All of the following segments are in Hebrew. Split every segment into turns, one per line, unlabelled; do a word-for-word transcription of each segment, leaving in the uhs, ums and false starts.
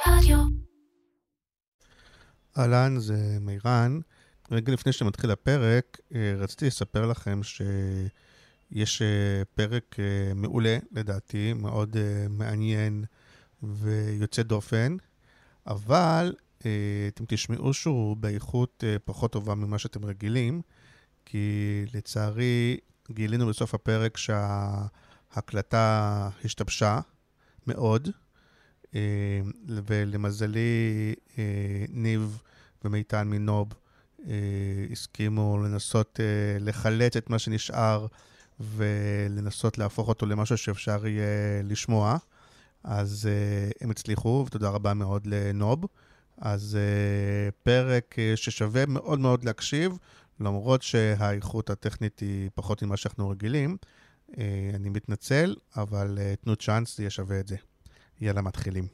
רדיו.
אהלן, זה מירן. רגע לפני שמתחיל הפרק, רציתי לספר לכם שיש פרק מעולה, לדעתי, מאוד מעניין ויוצא דופן, אבל אתם תשמעו שהוא באיכות פחות טובה ממה שאתם רגילים, כי לצערי גילינו בסוף הפרק שההקלטה השתבשה מאוד, ולמזלי ניב ומיתן מנוב הסכימו לנסות לחלץ את מה שנשאר ולנסות להפוך אותו למשהו שאפשר יהיה לשמוע. אז הם הצליחו, ותודה רבה מאוד לנוב. אז פרק ששווה מאוד מאוד להקשיב, למרות שהאיכות הטכנית היא פחות ממה שאנחנו רגילים. אני מתנצל, אבל תנו צ'אנס, זה יהיה שווה את זה. יאללה, מתחילים.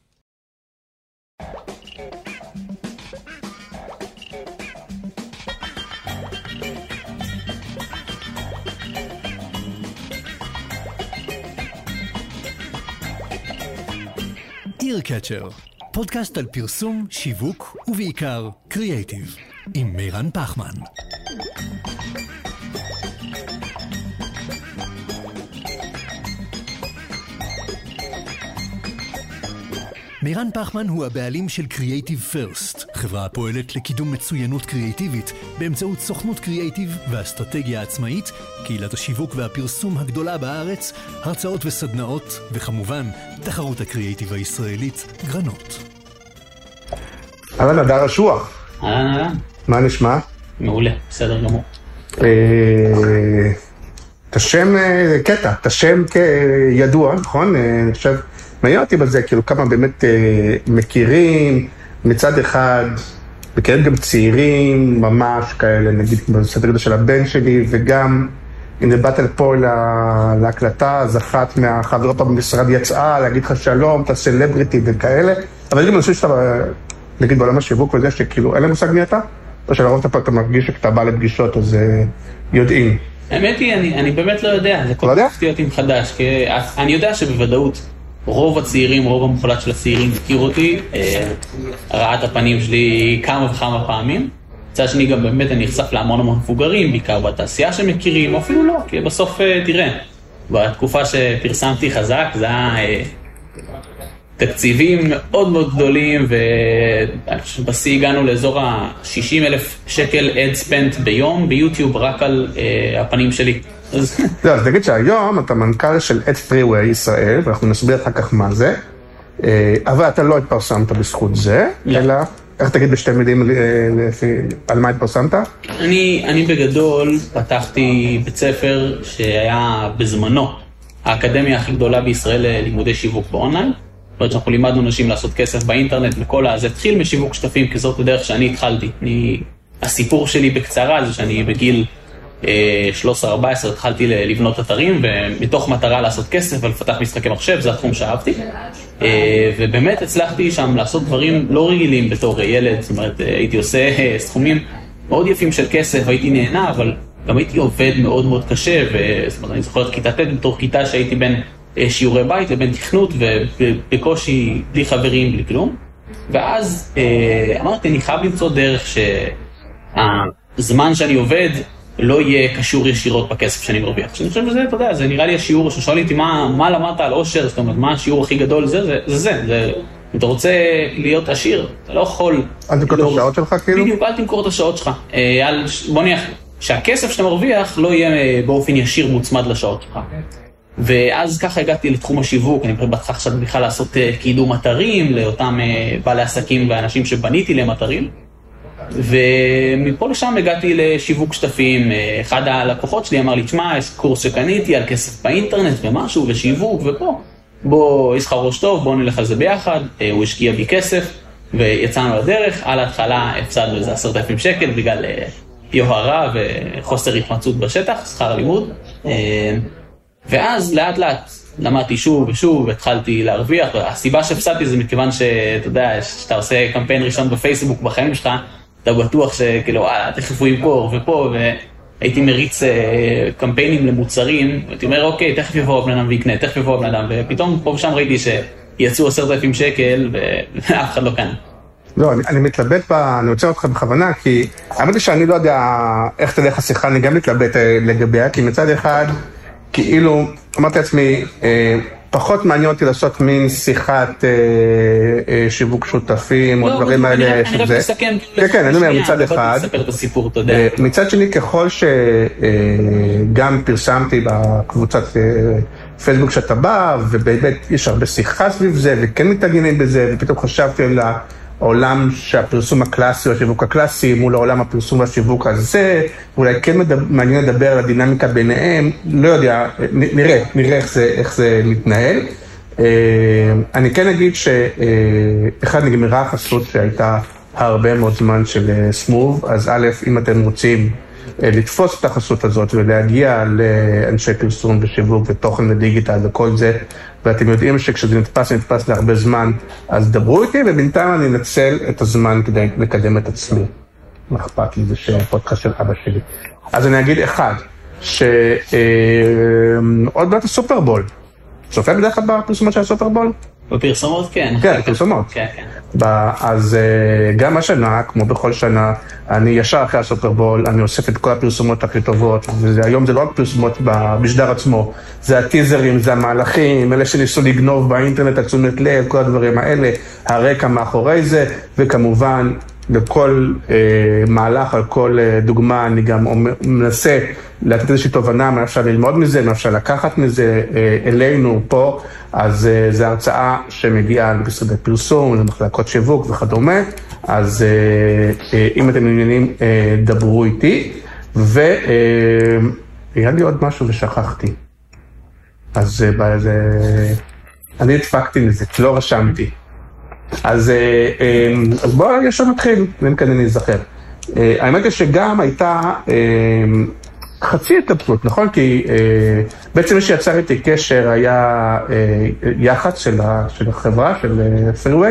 אירקצ'ר, פודקאסט על פרסום, שיווק ובעיקר קריאייטיב, עם מירן פחמן. מירן פחמן הוא הבעלים של Creative First, חברה הפועלת לקידום מצוינות קריאייטיבית באמצעות סוכנות קריאייטיב ואסטרטגיה עצמאית, קהילת השיווק והפרסום הגדולה בארץ, הרצאות וסדנאות, וכמובן, תחרות הקריאייטיב הישראלית, גרנות.
אהלן, הדר אשוח.
אהלן, אהלן.
מה נשמע?
מעולה, בסדר גמור.
את השם, קטע, את השם כידוע, נכון? אני חושב... מעניין אותי בזה, כאילו כמה באמת אה, מכירים, מצד אחד, מכירים גם צעירים ממש כאלה, נגיד בסדר גודל של הבן שלי, וגם אם באת לפה לה, להקלטה, אז אחת מהחברות במשרד יצאה, להגיד לך שלום, אתה סלבריטי וכאלה, אבל גם אני חושב שאתה, נגיד בעולם השיווק וזה, שכאילו אין להם מושג מי אתה, או שלרוב אתה, אתה מרגיש שכתה בא לפגישות, אז אה, יודעים.
האמת היא, אני, אני באמת לא יודע, זה כל כך פתיעות עם חדש, כי אני יודע שבוודאות, רוב הצעירים, רוב המוחלט של הצעירים הכיר אותי, ראה את הפנים שלי כמה וכמה פעמים. מצד שני גם באמת אני נחשף להמון המון מבוגרים, בעיקר בתעשייה שמכירים, או אפילו לא, כי בסוף תראה, בתקופה שפרסמתי חזק, זה היה תקציבים מאוד מאוד גדולים, ובסי הגענו לאזור ה-שישים אלף שקל ad spent ביום ביוטיוב רק על הפנים שלי.
לא, אז נגיד שהיום אתה מנכ"ל של Ad Freeway ישראל, ואנחנו נסביר אחר כך מה זה, אבל אתה לא התפרסמת בזכות זה, אלא, איך תגיד בשתי מילים על מה התפרסמת?
אני, אני בגדול פתחתי בית ספר שהיה בזמנו האקדמיה הכי גדולה בישראל ללימודי שיווק באונליין. זאת אומרת שאנחנו לימדנו נשים לעשות כסף באינטרנט וכל הזה התחיל משיווק שותפים, כי זאת הדרך שאני התחלתי. אני, הסיפור שלי בקצרה זה שאני בגיל שלוש עשרה ארבע עשרה התחלתי לבנות אתרים, ומתוך מטרה לעשות כסף ולפתח משחקי מחשב, זה התחום שאהבתי. ובאמת הצלחתי שם לעשות דברים לא רגילים בתור ילד, זאת אומרת, הייתי עושה סכומים מאוד יפים של כסף, הייתי נהנה, אבל גם הייתי עובד מאוד מאוד קשה, וזאת אומרת, אני זוכר כיתה ט' בתור כיתה שהייתי בין שיעורי בית לבין תכנות, ובקושי בלי חברים, בלי כלום. ואז אמרתי, אני חייב למצוא דרך שהזמן שאני עובד, לא יהיה קשור ישירות בכסף שאני מרוויח. שאני חושב שזה, אתה יודע, זה נראה לי השיעור ששואל אותי מה, מה למדת על עושר, זאת אומרת, מה השיעור הכי גדול, זה זה, זה, זה, זה. אם אתה רוצה להיות עשיר, אתה לא יכול...
אל תמכור את השעות שלך כאילו?
בדיוק, אל תמכור את השעות שלך. בוא נניח, שהכסף שאתה מרוויח לא יהיה באופן ישיר מוצמד לשעות שלך. ואז ככה הגעתי לתחום השיווק, אני בהתחלה עכשיו בכלל לעשות קידום אתרים, לאותם בעלי עסקים ואנשים שבניתי להם אתרים. ומפה לשם הגעתי לשיווק שותפים. אחד הלקוחות שלי אמר לי, תשמע, יש קורס שקניתי על כסף באינטרנט ומשהו ושיווק ופה, בוא, יש לך ראש טוב, בוא נלך על זה ביחד. הוא השקיע בי כסף ויצאנו לדרך. על ההתחלה הפסדנו איזה עשרת אלפים שקל בגלל יוהרה וחוסר התמצאות בשטח, שכר לימוד. ואז לאט לאט למדתי שוב ושוב, התחלתי להרוויח. הסיבה שהפסדתי זה מכיוון שאתה יודע, שאתה עושה קמפיין ראשון בפייסבוק בחיים שלך, אתה בטוח שכאילו, אה, תכף הוא ימכור ופה, והייתי מריץ קמפיינים למוצרים, ואתה אומר, אוקיי, תכף יבוא בן אדם ויקנה, תכף יבוא בן אדם, ופתאום פה ושם ראיתי יצאו עשרת אלפים שקל ואף אחד לא כאן.
לא, אני, אני מתלבט בה, אני רוצה אותך בכוונה, כי האמת היא שאני לא יודע איך תלך השיחה, אני גם מתלבט לגביה, כי מצד אחד, כאילו, אמרתי לעצמי, אה, פחות מעניין אותי לעשות מין שיחת אה, אה, שיווק שותפים, או דברים האלה
שזה. אני רק מסכם.
כן, כן, אני אומר, מצד אחד.
תספר את הסיפור, אתה יודע.
מצד שני, ככל שגם פרסמתי בקבוצת פייסבוק שאתה בא, ובאמת יש הרבה שיחה סביב זה, וכן מתעניינים בזה, ופתאום חשבתי על העולם שהפרסום הקלאסי או השיווק הקלאסי מול העולם הפרסום והשיווק הזה, ואולי כן מעניין לדבר על הדינמיקה ביניהם, לא יודע, נראה, נראה איך זה, איך זה מתנהל. אני כן אגיד שאחד נגמרה החסות שהייתה הרבה מאוד זמן של סמוב, אז א', אם אתם רוצים לתפוס את החסות הזאת ולהגיע לאנשי פרסום ושיווק ותוכן ודיגיטל וכל זה, ואתם יודעים שכשזה נתפס, נתפס להרבה זמן, אז דברו איתי, ובינתיים אני אנצל את הזמן כדי לקדם את עצמי. מה אכפת לי, זה שפודקאסט של אבא שלי. אז אני אגיד אחד, שעוד מעט הסופרבול. צופה בדרך כלל בפרסומות של הסופרבול?
בפרסומות, כן.
כן, בפרסומות.
כן, כן.
אז גם השנה, כמו בכל שנה, אני ישר אחרי הסופרבול, אני אוסף את כל הפרסומות הכי טובות, והיום זה לא רק פרסומות בשדר עצמו, זה הטיזרים, זה המהלכים, אלה שניסו לגנוב באינטרנט, תשומת לב, כל הדברים האלה, הרקע מאחורי זה, וכמובן, לכל אה, מהלך, על כל אה, דוגמה, אני גם מנסה לתת איזושהי תובנה, מה אפשר ללמוד מזה, מה אפשר לקחת מזה אה, אלינו פה, אז אה, זו הרצאה שמגיעה למשרדי פרסום, למחלקות שיווק וכדומה, אז אה, אה, אם אתם מעוניינים, אה, דברו איתי, והיה אה, לי עוד משהו ושכחתי. אז אה, זה, אני הדפקתי לזה, לא רשמתי. אז, אז בואו ישר נתחיל, אם כאן אני אזכר. האמת היא שגם הייתה חצי התלבטות, נכון? כי בעצם מי שיצר איתי קשר היה יח"צ של, של החברה, של פריווי.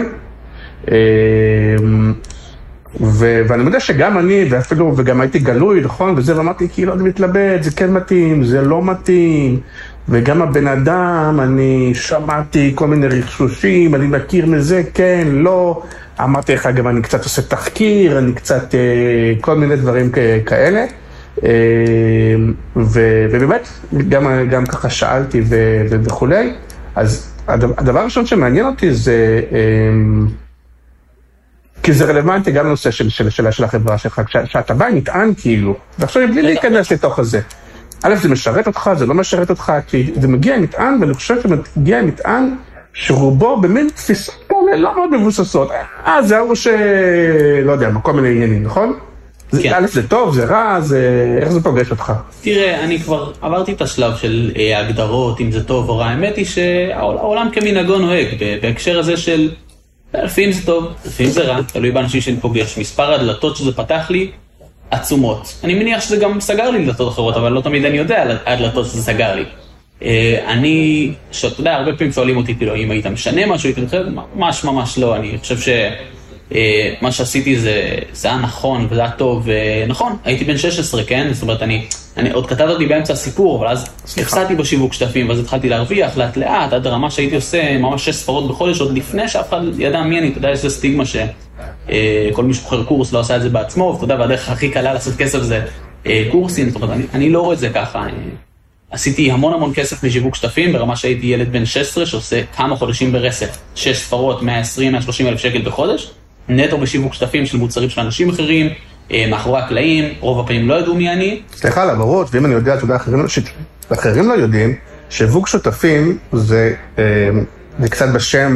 ו- ואני יודע שגם אני, ואפילו, וגם הייתי גלוי, נכון? וזה, ואמרתי, כאילו, אני מתלבט, זה כן מתאים, זה לא מתאים. וגם הבן אדם, אני שמעתי כל מיני רכשושים, אני מכיר מזה, כן, לא. אמרתי לך, גם אני קצת עושה תחקיר, אני קצת, כל מיני דברים כאלה. ו- ובאמת, גם, גם ככה שאלתי ו- וכולי. אז הדבר הראשון שמעניין אותי זה, כי זה רלוונטי גם לנושא של, של, של, של החברה שלך, שאתה בא נטען כאילו, ועכשיו בלי להיכנס לתוך הזה. א', זה משרת אותך, זה לא משרת אותך, כי זה מגיע נטען, ואני חושב שמגיע נטען שרובו במין תפיסות כאלה לא מאוד מבוססות. אה, זה הוא ש... לא יודע, כל מיני עניינים, נכון? כן. א', זה טוב, זה רע, זה... איך זה פוגש אותך?
תראה, אני כבר עברתי את השלב של הגדרות, אם זה טוב או רע. האמת היא שהעולם כמנהגו נוהג, בהקשר הזה של... לפעמים זה טוב, לפעמים זה רע, תלוי באנשים שאני פוגש. מספר הדלתות שזה פתח לי, עצומות. אני מניח שזה גם סגר לי דלתות אחרות, אבל לא תמיד אני יודע על הדלתות שזה סגר לי. אני, שאתה יודע, הרבה פעמים שואלים אותי, כאילו, אם היית משנה משהו, הייתי מתחיל, ממש ממש לא. אני חושב שמה שעשיתי זה, זה היה נכון, וזה היה טוב, ונכון, הייתי בן שש עשרה, כן? זאת אומרת, אני, אני עוד כתב אותי באמצע הסיפור, אבל אז הפסעתי בשיווק שותפים, ואז התחלתי להרוויח, לאט לאט, עד הרמה שהייתי עושה ממש שש ספרות בחודש, עוד לפני שאף אחד ידע מי אני, אתה יודע, יש איזה סטיגמה ש... כל מי שוחר קורס לא עשה את זה בעצמו, ואתה יודע, והדרך הכי קלה לעשות כסף זה קורסים, זאת אומרת, אני, אני לא רואה את זה ככה. עשיתי המון המון כסף משיווק שותפים, ברמה שהייתי ילד בן שש עשרה, שעושה כמה חודשים ברסף, שש ספרות, מאה ועשרים עד מאה ושלושים אלף שקל בחודש, נטו בשיווק שותפים של מוצרים של אנשים אחרים, מאחורי הקלעים, רוב הפעמים לא ידעו מי אני. סליחה
על הברות, ואם אני יודע, אתה יודע, אחרים, אחרים לא יודעים, שיווק שותפים זה... זה קצת בשם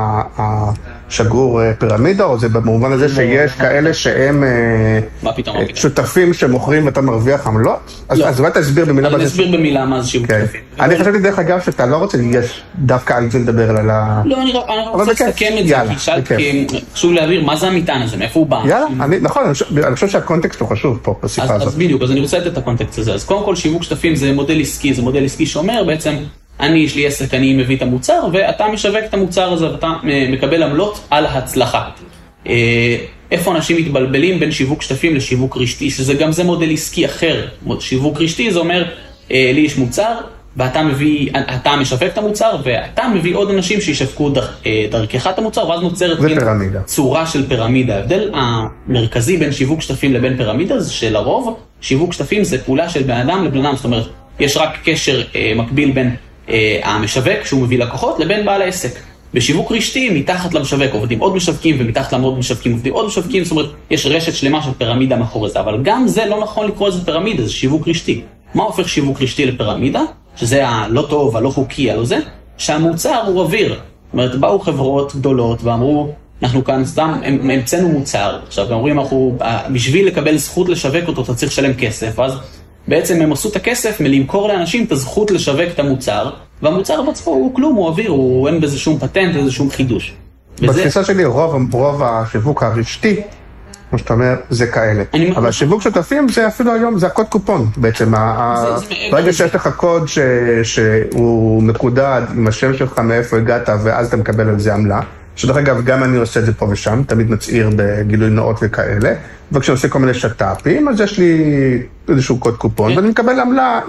השגור פירמידה, או זה במובן הזה שיש כאלה שהם שותפים שמוכרים ואתה מרוויח עמלות? אז אולי תסביר במילה מה זה...
אני אסביר במילה מה זה שיווק שותפים.
אני חשבתי דרך אגב שאתה לא רוצה להיגש דווקא על זה לדבר על ה...
לא, אני רוצה לסכם את זה, כי חשוב להעביר מה זה המטען הזה, מאיפה הוא בא.
יאללה, נכון, אני חושב שהקונטקסט הוא חשוב פה בשיחה הזאת.
אז בדיוק, אז אני רוצה לתת את הקונטקסט הזה. אז קודם כל שיווק שותפים זה מודל עסקי, זה מודל עסקי שאומר בעצם אני, יש לי עסק, אני מביא את המוצר, ואתה משווק את המוצר הזה, ואתה מקבל עמלות על הצלחה. איפה אנשים מתבלבלים בין שיווק שותפים לשיווק רשתי, שזה גם זה מודל עסקי אחר. שיווק רשתי זה אומר, לי יש מוצר, ואתה מביא, אתה משווק את המוצר, ואתה מביא עוד אנשים שישווקו דר, דרכך את המוצר, ואז נוצרת צורה של פירמידה. ההבדל המרכזי בין שיווק שותפים לבין פירמידה, זה שלרוב שיווק שותפים זה פעולה של בן אדם לבן אדם, זאת אומרת, יש רק קשר אה, מקביל בין אה, המשווק שהוא מביא לקוחות לבין בעל העסק. בשיווק רשתי, מתחת למשווק עובדים עוד משווקים, ומתחת לעוד משווקים עובדים עוד משווקים, זאת אומרת, יש רשת שלמה של פירמידה מאחורי זה, אבל גם זה לא נכון לקרוא לזה פירמידה, זה שיווק רשתי. מה הופך שיווק רשתי לפירמידה? שזה הלא טוב, הלא חוקי, הלא זה, שהמוצר הוא אוויר. זאת אומרת, באו חברות גדולות ואמרו, אנחנו כאן סתם, הם המצאנו מוצר. עכשיו, הם אומרים, אנחנו, בשביל לקבל זכות לשווק אותו, אתה צריך לשלם כסף, אז בעצם הם עשו את הכסף מלמכור לאנשים את הזכות לשווק את המוצר, והמוצר בעצמו הוא כלום, הוא אוויר, הוא אין בזה שום פטנט, איזה שום חידוש.
בתפיסה שלי, רוב, רוב השיווק הרשתי, כמו שאתה אומר, זה כאלה. אבל שיווק שותפים זה אפילו היום, זה הקוד קופון בעצם. ברגע שיש לך קוד שהוא מקודד עם השם שלך מאיפה הגעת, ואז אתה מקבל על זה עמלה. שדרך אגב, גם אני עושה את זה פה ושם, תמיד מצעיר בגילוי נאות וכאלה. וכשאני עושה כל מיני שטאפים, אז יש לי איזשהו קוד קופון, ואני מקבל עמלה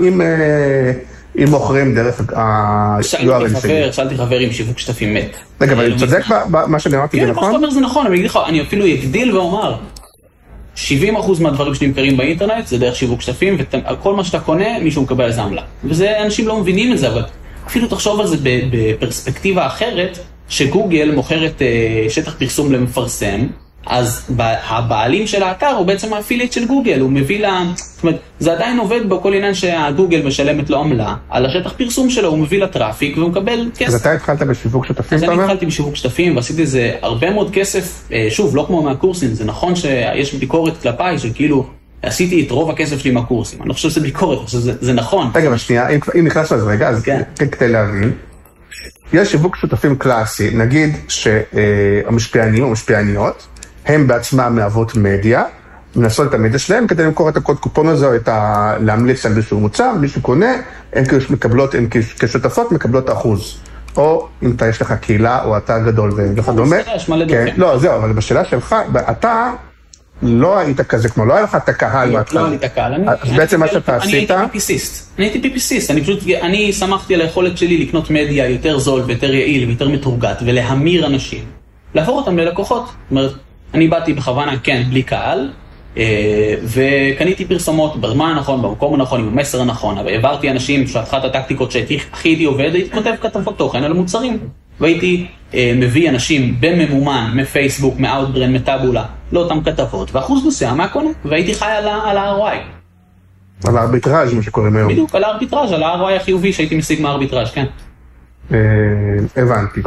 אם מוכרים דרך ה-יו אר אל שלי.
שאלתי חבר עם שיווק שותפים מת.
רגע, אבל אני צודק במה שאני אמרתי, זה נכון?
כן, מה שאתה אומר זה נכון, אבל אני אפילו אגדיל ואומר, שבעים אחוז מהדברים שנמכרים באינטרנט זה דרך שיווק שותפים, וכל מה שאתה קונה, מישהו מקבל איזה עמלה. וזה, אנשים לא מבינים את זה, אבל אפילו תחשוב על זה בפרספקטיבה אחרת, שגוגל מוכרת שטח פרסום למפרסם, אז הבעלים של האתר הוא בעצם האפילייט של גוגל, הוא מביא לה, זאת אומרת, זה עדיין עובד בכל עניין שהגוגל משלמת לו עמלה, על השטח פרסום שלו הוא מביא לטראפיק והוא מקבל כסף.
אז אתה התחלת בשיווק שותפים,
אז אני התחלתי בשיווק שותפים ועשיתי זה הרבה מאוד כסף, שוב, לא כמו מהקורסים, זה נכון שיש ביקורת כלפיי, שכאילו עשיתי את רוב הכסף שלי מהקורסים, אני לא חושב שזה ביקורת, אני חושב שזה נכון.
רגע, בשנייה, אם נכנס לזה רגע, אז כדי להבין, יש שיווק שותפים קלאסי, נגיד שהמשפיענים או המשפיעניות, הם בעצמם מהוות מדיה, מנסות את המדיה שלהם כדי למכור את הקוד קופון הזה, או את ה... להמליץ על איזשהו מוצר, מישהו קונה, הן מקבלות, הן כשותפות מקבלות אחוז. או אם אתה יש לך קהילה או אתר גדול וכדומה. לא, זהו, אבל בשאלה שלך, אתה לא היית כזה כמו, לא היה לך את הקהל בהתחלה.
לא היית קהל, אני...
אז בעצם מה שאתה עשית...
אני הייתי פיפיסיסט. אני הייתי פיפיסיסט, אני פשוט, אני שמחתי על היכולת שלי לקנות מדיה יותר זול ויותר יעיל ויותר מתורגת, ולהמיר אנשים. להפוך אותם ללקוחות. זאת אומרת, אני באתי בכוונה, כן, בלי קהל, וקניתי פרסומות בזמן הנכון, במקום הנכון, עם המסר הנכון, אבל העברתי אנשים שאחת הטקטיקות שהכי הייתי עובד, הייתי כותב כתבות תוכן על מוצרים. והייתי מביא אנשים בממומן, מפייסבוק, מאוטברן, מטאבולה, לאותם כתבות, ואחוז מסוים מהקונה, והייתי חי על ה-אר או איי.
על הארביטראז' מה שקוראים היום.
בדיוק, על הארביטראז', על ה-אר או איי החיובי שהייתי משיג מהארביטראז', כן.
הבנתי.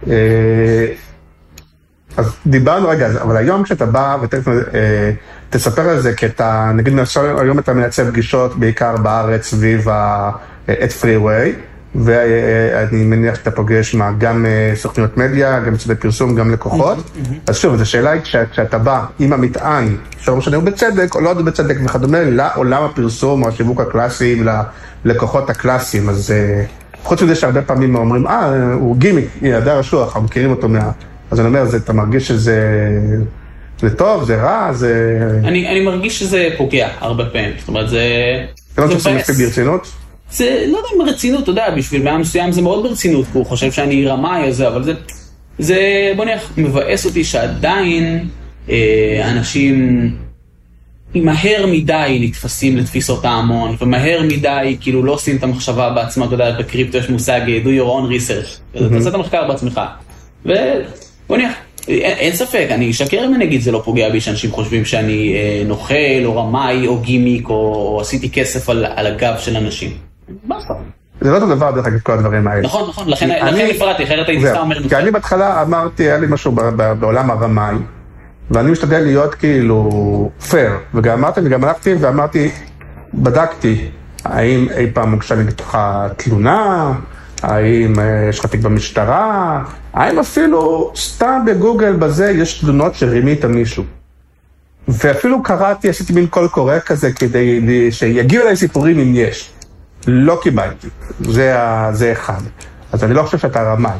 אז דיברנו רגע, אבל היום כשאתה בא ותספר על זה, כי אתה, נגיד, היום אתה מייצב פגישות בעיקר בארץ סביב ה-את פריווי, ואני מניח שאתה פוגש מה, גם סוכניות מדיה, גם צדי פרסום, גם לקוחות. אז שוב, זו שאלה היא, כשאתה בא עם המטען, שאומר משנה הוא בצדק או לא עוד בצדק וכדומה, לעולם הפרסום או השיווק הקלאסי, ללקוחות הקלאסיים, אז חוץ מזה שהרבה פעמים אומרים, אה, הוא גימיק, ידע רשוח, אנחנו מכירים אותו מה... אז אני אומר, אתה מרגיש שזה זה טוב, זה רע, זה...
אני, אני מרגיש שזה פוגע הרבה פעמים, זאת אומרת, זה...
אתה לא חושב שזה מספיק ברצינות?
זה, לא יודע אם ברצינות, אתה יודע, בשביל בעיה מסוים זה מאוד ברצינות, הוא חושב שאני רמאי או זה, אבל זה, זה, בוא נניח, מבאס אותי שעדיין אה, אנשים מהר מדי נתפסים לתפיסות ההמון, ומהר מדי כאילו לא עושים את המחשבה בעצמה, אתה יודע, בקריפטו יש מושג, do your own research, אתה עושה את המחקר בעצמך, ובוא נניח, אין, אין ספק, אני אשקר אם אני אגיד, זה לא פוגע בי שאנשים חושבים שאני אה, נוכל, או רמאי, או גימיק, או, או עשיתי כסף על, על הגב של אנשים.
זה לא אותו דבר דרך אגב כל הדברים האלה.
נכון, נכון, לכן הפרעתי, אחרת הייתי סתם אומר...
כי אני בהתחלה אמרתי, היה לי משהו בעולם הרמאי, ואני משתדל להיות כאילו פייר, וגם אמרתי, וגם הלכתי ואמרתי, בדקתי, האם אי פעם הוגשה לי בתוך התלונה, האם יש לך תיק במשטרה, האם אפילו סתם בגוגל בזה יש תלונות שרימית על מישהו. ואפילו קראתי, עשיתי מין קול קורא כזה כדי שיגיעו אליי סיפורים אם יש. לא קיבלתי, זה, זה אחד. אז אני לא חושב שאתה רמאי.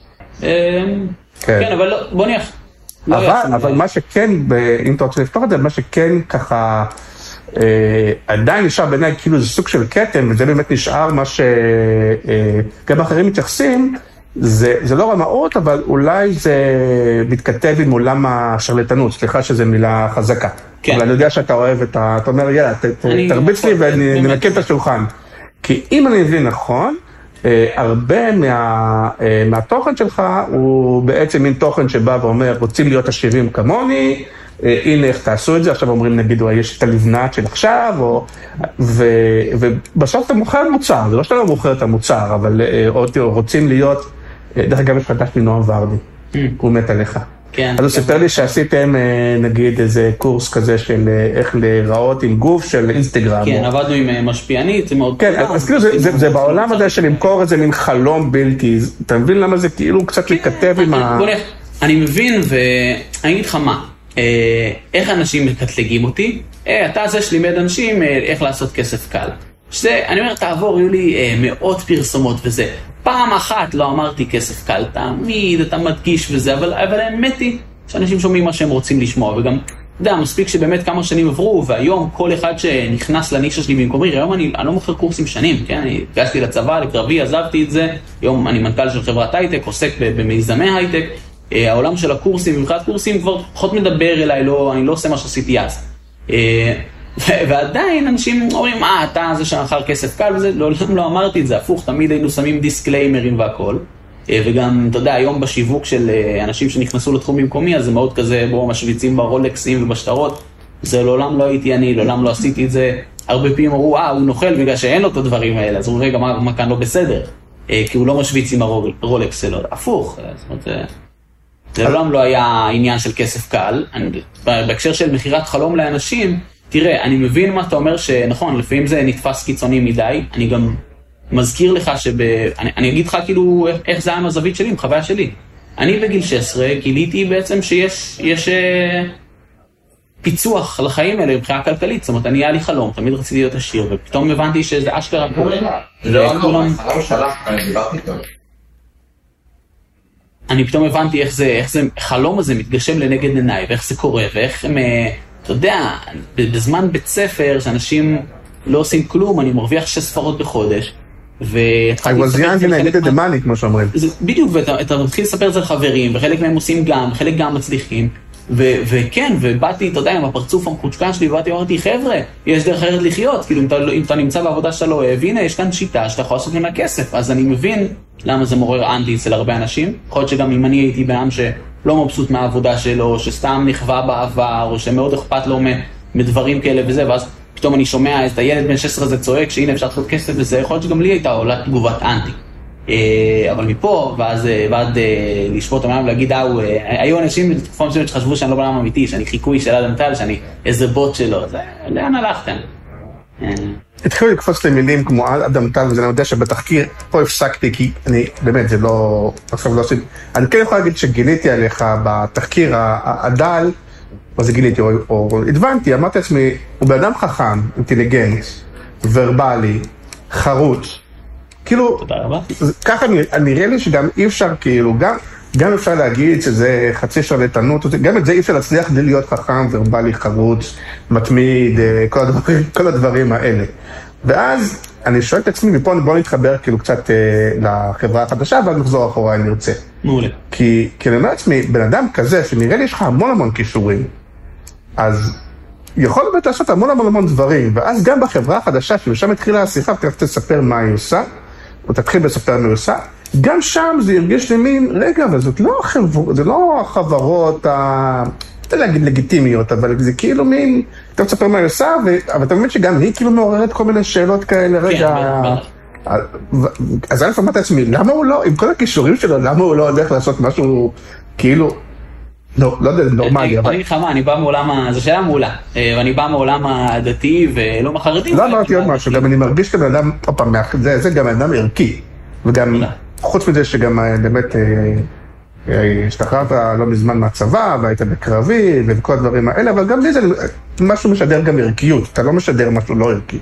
כן, אבל בוא נניח.
אבל מה שכן, אם אתה רוצה לפתוח את זה, מה שכן ככה עדיין נשאר בעיניי כאילו זה סוג של קטן, וזה באמת נשאר מה שגם אחרים מתייחסים, זה, זה לא רמאות, אבל אולי זה מתכתב עם עולם השרלטנות, סליחה שזו מילה חזקה. כן. אבל אני יודע שאתה אוהב את ה... אתה אומר, יאללה, ת, תרביץ לי וננקם את השולחן. כי אם אני מבין נכון, הרבה מה, מהתוכן שלך הוא בעצם מין תוכן שבא ואומר, רוצים להיות עשירים כמוני, הנה איך תעשו את זה, עכשיו אומרים נגיד, יש את הלבנת של עכשיו, או, ו, ובסוף אתה מוכר מוצר, זה לא שאתה לא מוכר את המוצר, אבל רוצים להיות, דרך אגב, יש חדש מנועם ורדי, הוא מת עליך.
כן.
אז הוא סיפר לי שעשיתם נגיד איזה קורס כזה של איך להיראות עם גוף של אינסטגרם.
כן, עבדנו עם משפיענית, זה מאוד...
כן, אז כאילו זה בעולם הזה של למכור איזה מין חלום בלתי, אתה מבין למה זה כאילו קצת מתכתב עם ה...
אני מבין ואני אגיד לך מה, איך אנשים מקטלגים אותי, אתה זה שלימד אנשים איך לעשות כסף קל. שזה, אני אומר, תעבור, יהיו לי מאות פרסומות וזה. פעם אחת לא אמרתי כסף קל, תמיד אתה מדגיש וזה, אבל, אבל האמת היא שאנשים שומעים מה שהם רוצים לשמוע, וגם, אתה יודע, מספיק שבאמת כמה שנים עברו, והיום כל אחד שנכנס לנישה שלי במקומי, היום אני, אני לא מוכר קורסים שנים, כן? אני גשתי לצבא, לקרבי, עזבתי את זה, היום אני מנכ"ל של חברת הייטק, עוסק במיזמי הייטק, העולם של הקורסים, מבחינת קורסים כבר פחות מדבר אליי, לא, אני לא עושה מה שעשיתי אז. ועדיין אנשים אומרים, אה, אתה זה שאחר כסף קל וזה, לא, לא אמרתי את זה, הפוך, תמיד היינו שמים דיסקליימרים והכל. וגם, אתה יודע, היום בשיווק של אנשים שנכנסו לתחום במקומי, אז זה מאוד כזה, בואו משוויצים ברולקסים ובשטרות. זה לעולם לא הייתי אני, לעולם לא עשיתי את זה. הרבה פעמים אמרו, אה, הוא נוכל בגלל שאין לו את הדברים האלה, אז הוא רגע, מה, מה כאן לא בסדר? כי הוא לא משוויץ עם הרולקס שלו. הפוך, זאת אומרת, זה לעולם לא היה עניין של כסף קל. בהקשר של מחירת חלום לאנשים, תראה, אני מבין מה אתה אומר שנכון, לפעמים זה נתפס קיצוני מדי, אני גם מזכיר לך שב... אני, אני אגיד לך כאילו איך זה היה מהזווית שלי, עם חוויה שלי. אני בגיל שש עשרה גיליתי בעצם שיש יש, פיצוח לחיים האלה מבחינה כלכלית, זאת אומרת, אני היה לי חלום, תמיד רציתי להיות עשיר, ופתאום הבנתי שזה אשכרה קורה.
לא, לא, חלום שלך, אני דיברתי איתו.
אני פתאום הבנתי איך זה, איך זה, חלום הזה מתגשם לנגד עיניי, ואיך זה קורה, ואיך הם... אתה יודע, בזמן בית ספר, שאנשים לא עושים כלום, אני מרוויח שש ספרות בחודש,
I was young and I needed the money, כמו שאומרים.
בדיוק, ואתה מתחיל לספר את זה לחברים, וחלק מהם עושים גם, וחלק גם מצליחים, וכן, ובאתי, אתה יודע, עם הפרצוף המחוצ'קן שלי, ובאתי, אמרתי, חבר'ה, יש דרך אחרת לחיות, כאילו, אם אתה נמצא בעבודה שאתה לא אוהב, הנה, יש כאן שיטה שאתה יכול לעשות ממנה כסף, אז אני מבין למה זה מעורר אנטי אצל הרבה אנשים, יכול להיות שגם אם אני הייתי בעם ש... לא מבסוט מהעבודה שלו, שסתם נכווה בעבר, או שמאוד אכפת לו מדברים כאלה וזה, ואז פתאום אני שומע את הילד בן שש עשרה הזה צועק שהנה אפשר לעשות כסף וזה, יכול להיות שגם לי הייתה עולה תגובת אנטי. אבל מפה, ואז ועד לשפוט אמרם ולהגיד, היו אנשים בתקופה מסוימת שחשבו שאני לא בעולם אמיתי, שאני חיקוי של אדם טל, שאני איזה בוט שלו, זה, לאן הלכתם?
התחילו לקפוץ למילים כמו אדם טל, וזה אני יודע שבתחקיר פה הפסקתי, כי אני, באמת, זה לא, עכשיו לא עושים, אני כן יכול להגיד שגיליתי עליך בתחקיר הדל, מה זה גיליתי, או, או הדוונתי, אמרתי לעצמי, הוא באדם חכם, אינטליגנט, ורבלי, חרוץ, כאילו, ככה נראה לי שגם אי אפשר, כאילו, גם, גם אפשר להגיד שזה חצי שרלטנות, גם את זה אי אפשר להצליח בלי להיות חכם, ורבלי, חרוץ, מתמיד, כל הדברים, כל הדברים האלה. ואז אני שואל את עצמי, מפה בוא נתחבר כאילו קצת אה, לחברה החדשה, ואז נחזור אחורה אם נרצה.
מעולה.
כי, כי אני אומר לעצמי, בן אדם כזה, שנראה לי יש לך המון המון כישורים, אז יכול באמת לעשות המון המון המון דברים, ואז גם בחברה החדשה, שמשם התחילה השיחה, ותכף תספר מה היא עושה, או תתחיל לספר מה היא עושה, גם שם זה ירגיש למין, רגע, אבל זאת לא, החבר, זה לא החברות, ה... אתה להגיד לגיטימיות, אבל זה כאילו מין, אתה מספר מה היא עושה, ו... אבל אתה מבין שגם היא כאילו מעוררת כל מיני שאלות כאלה, רגע. כן, אז אני אמרתי לעצמי, למה הוא לא, עם כל הכישורים שלו, למה הוא לא הולך לעשות משהו כאילו, לא, לא יודע, נורמלי, אבל...
אני לך מה, אני בא מעולם, זו שאלה מעולה, ואני בא מעולם הדתי ולא מחרדים.
לא אמרתי עוד משהו, גם אני מרגיש כבן אדם, פעם, זה גם אדם ערכי, וגם חוץ מזה שגם באמת השתחררת לא מזמן מהצבא, והיית בקרבי וכל הדברים האלה, אבל גם זה משהו משדר גם ערכיות, אתה לא משדר משהו לא ערכי.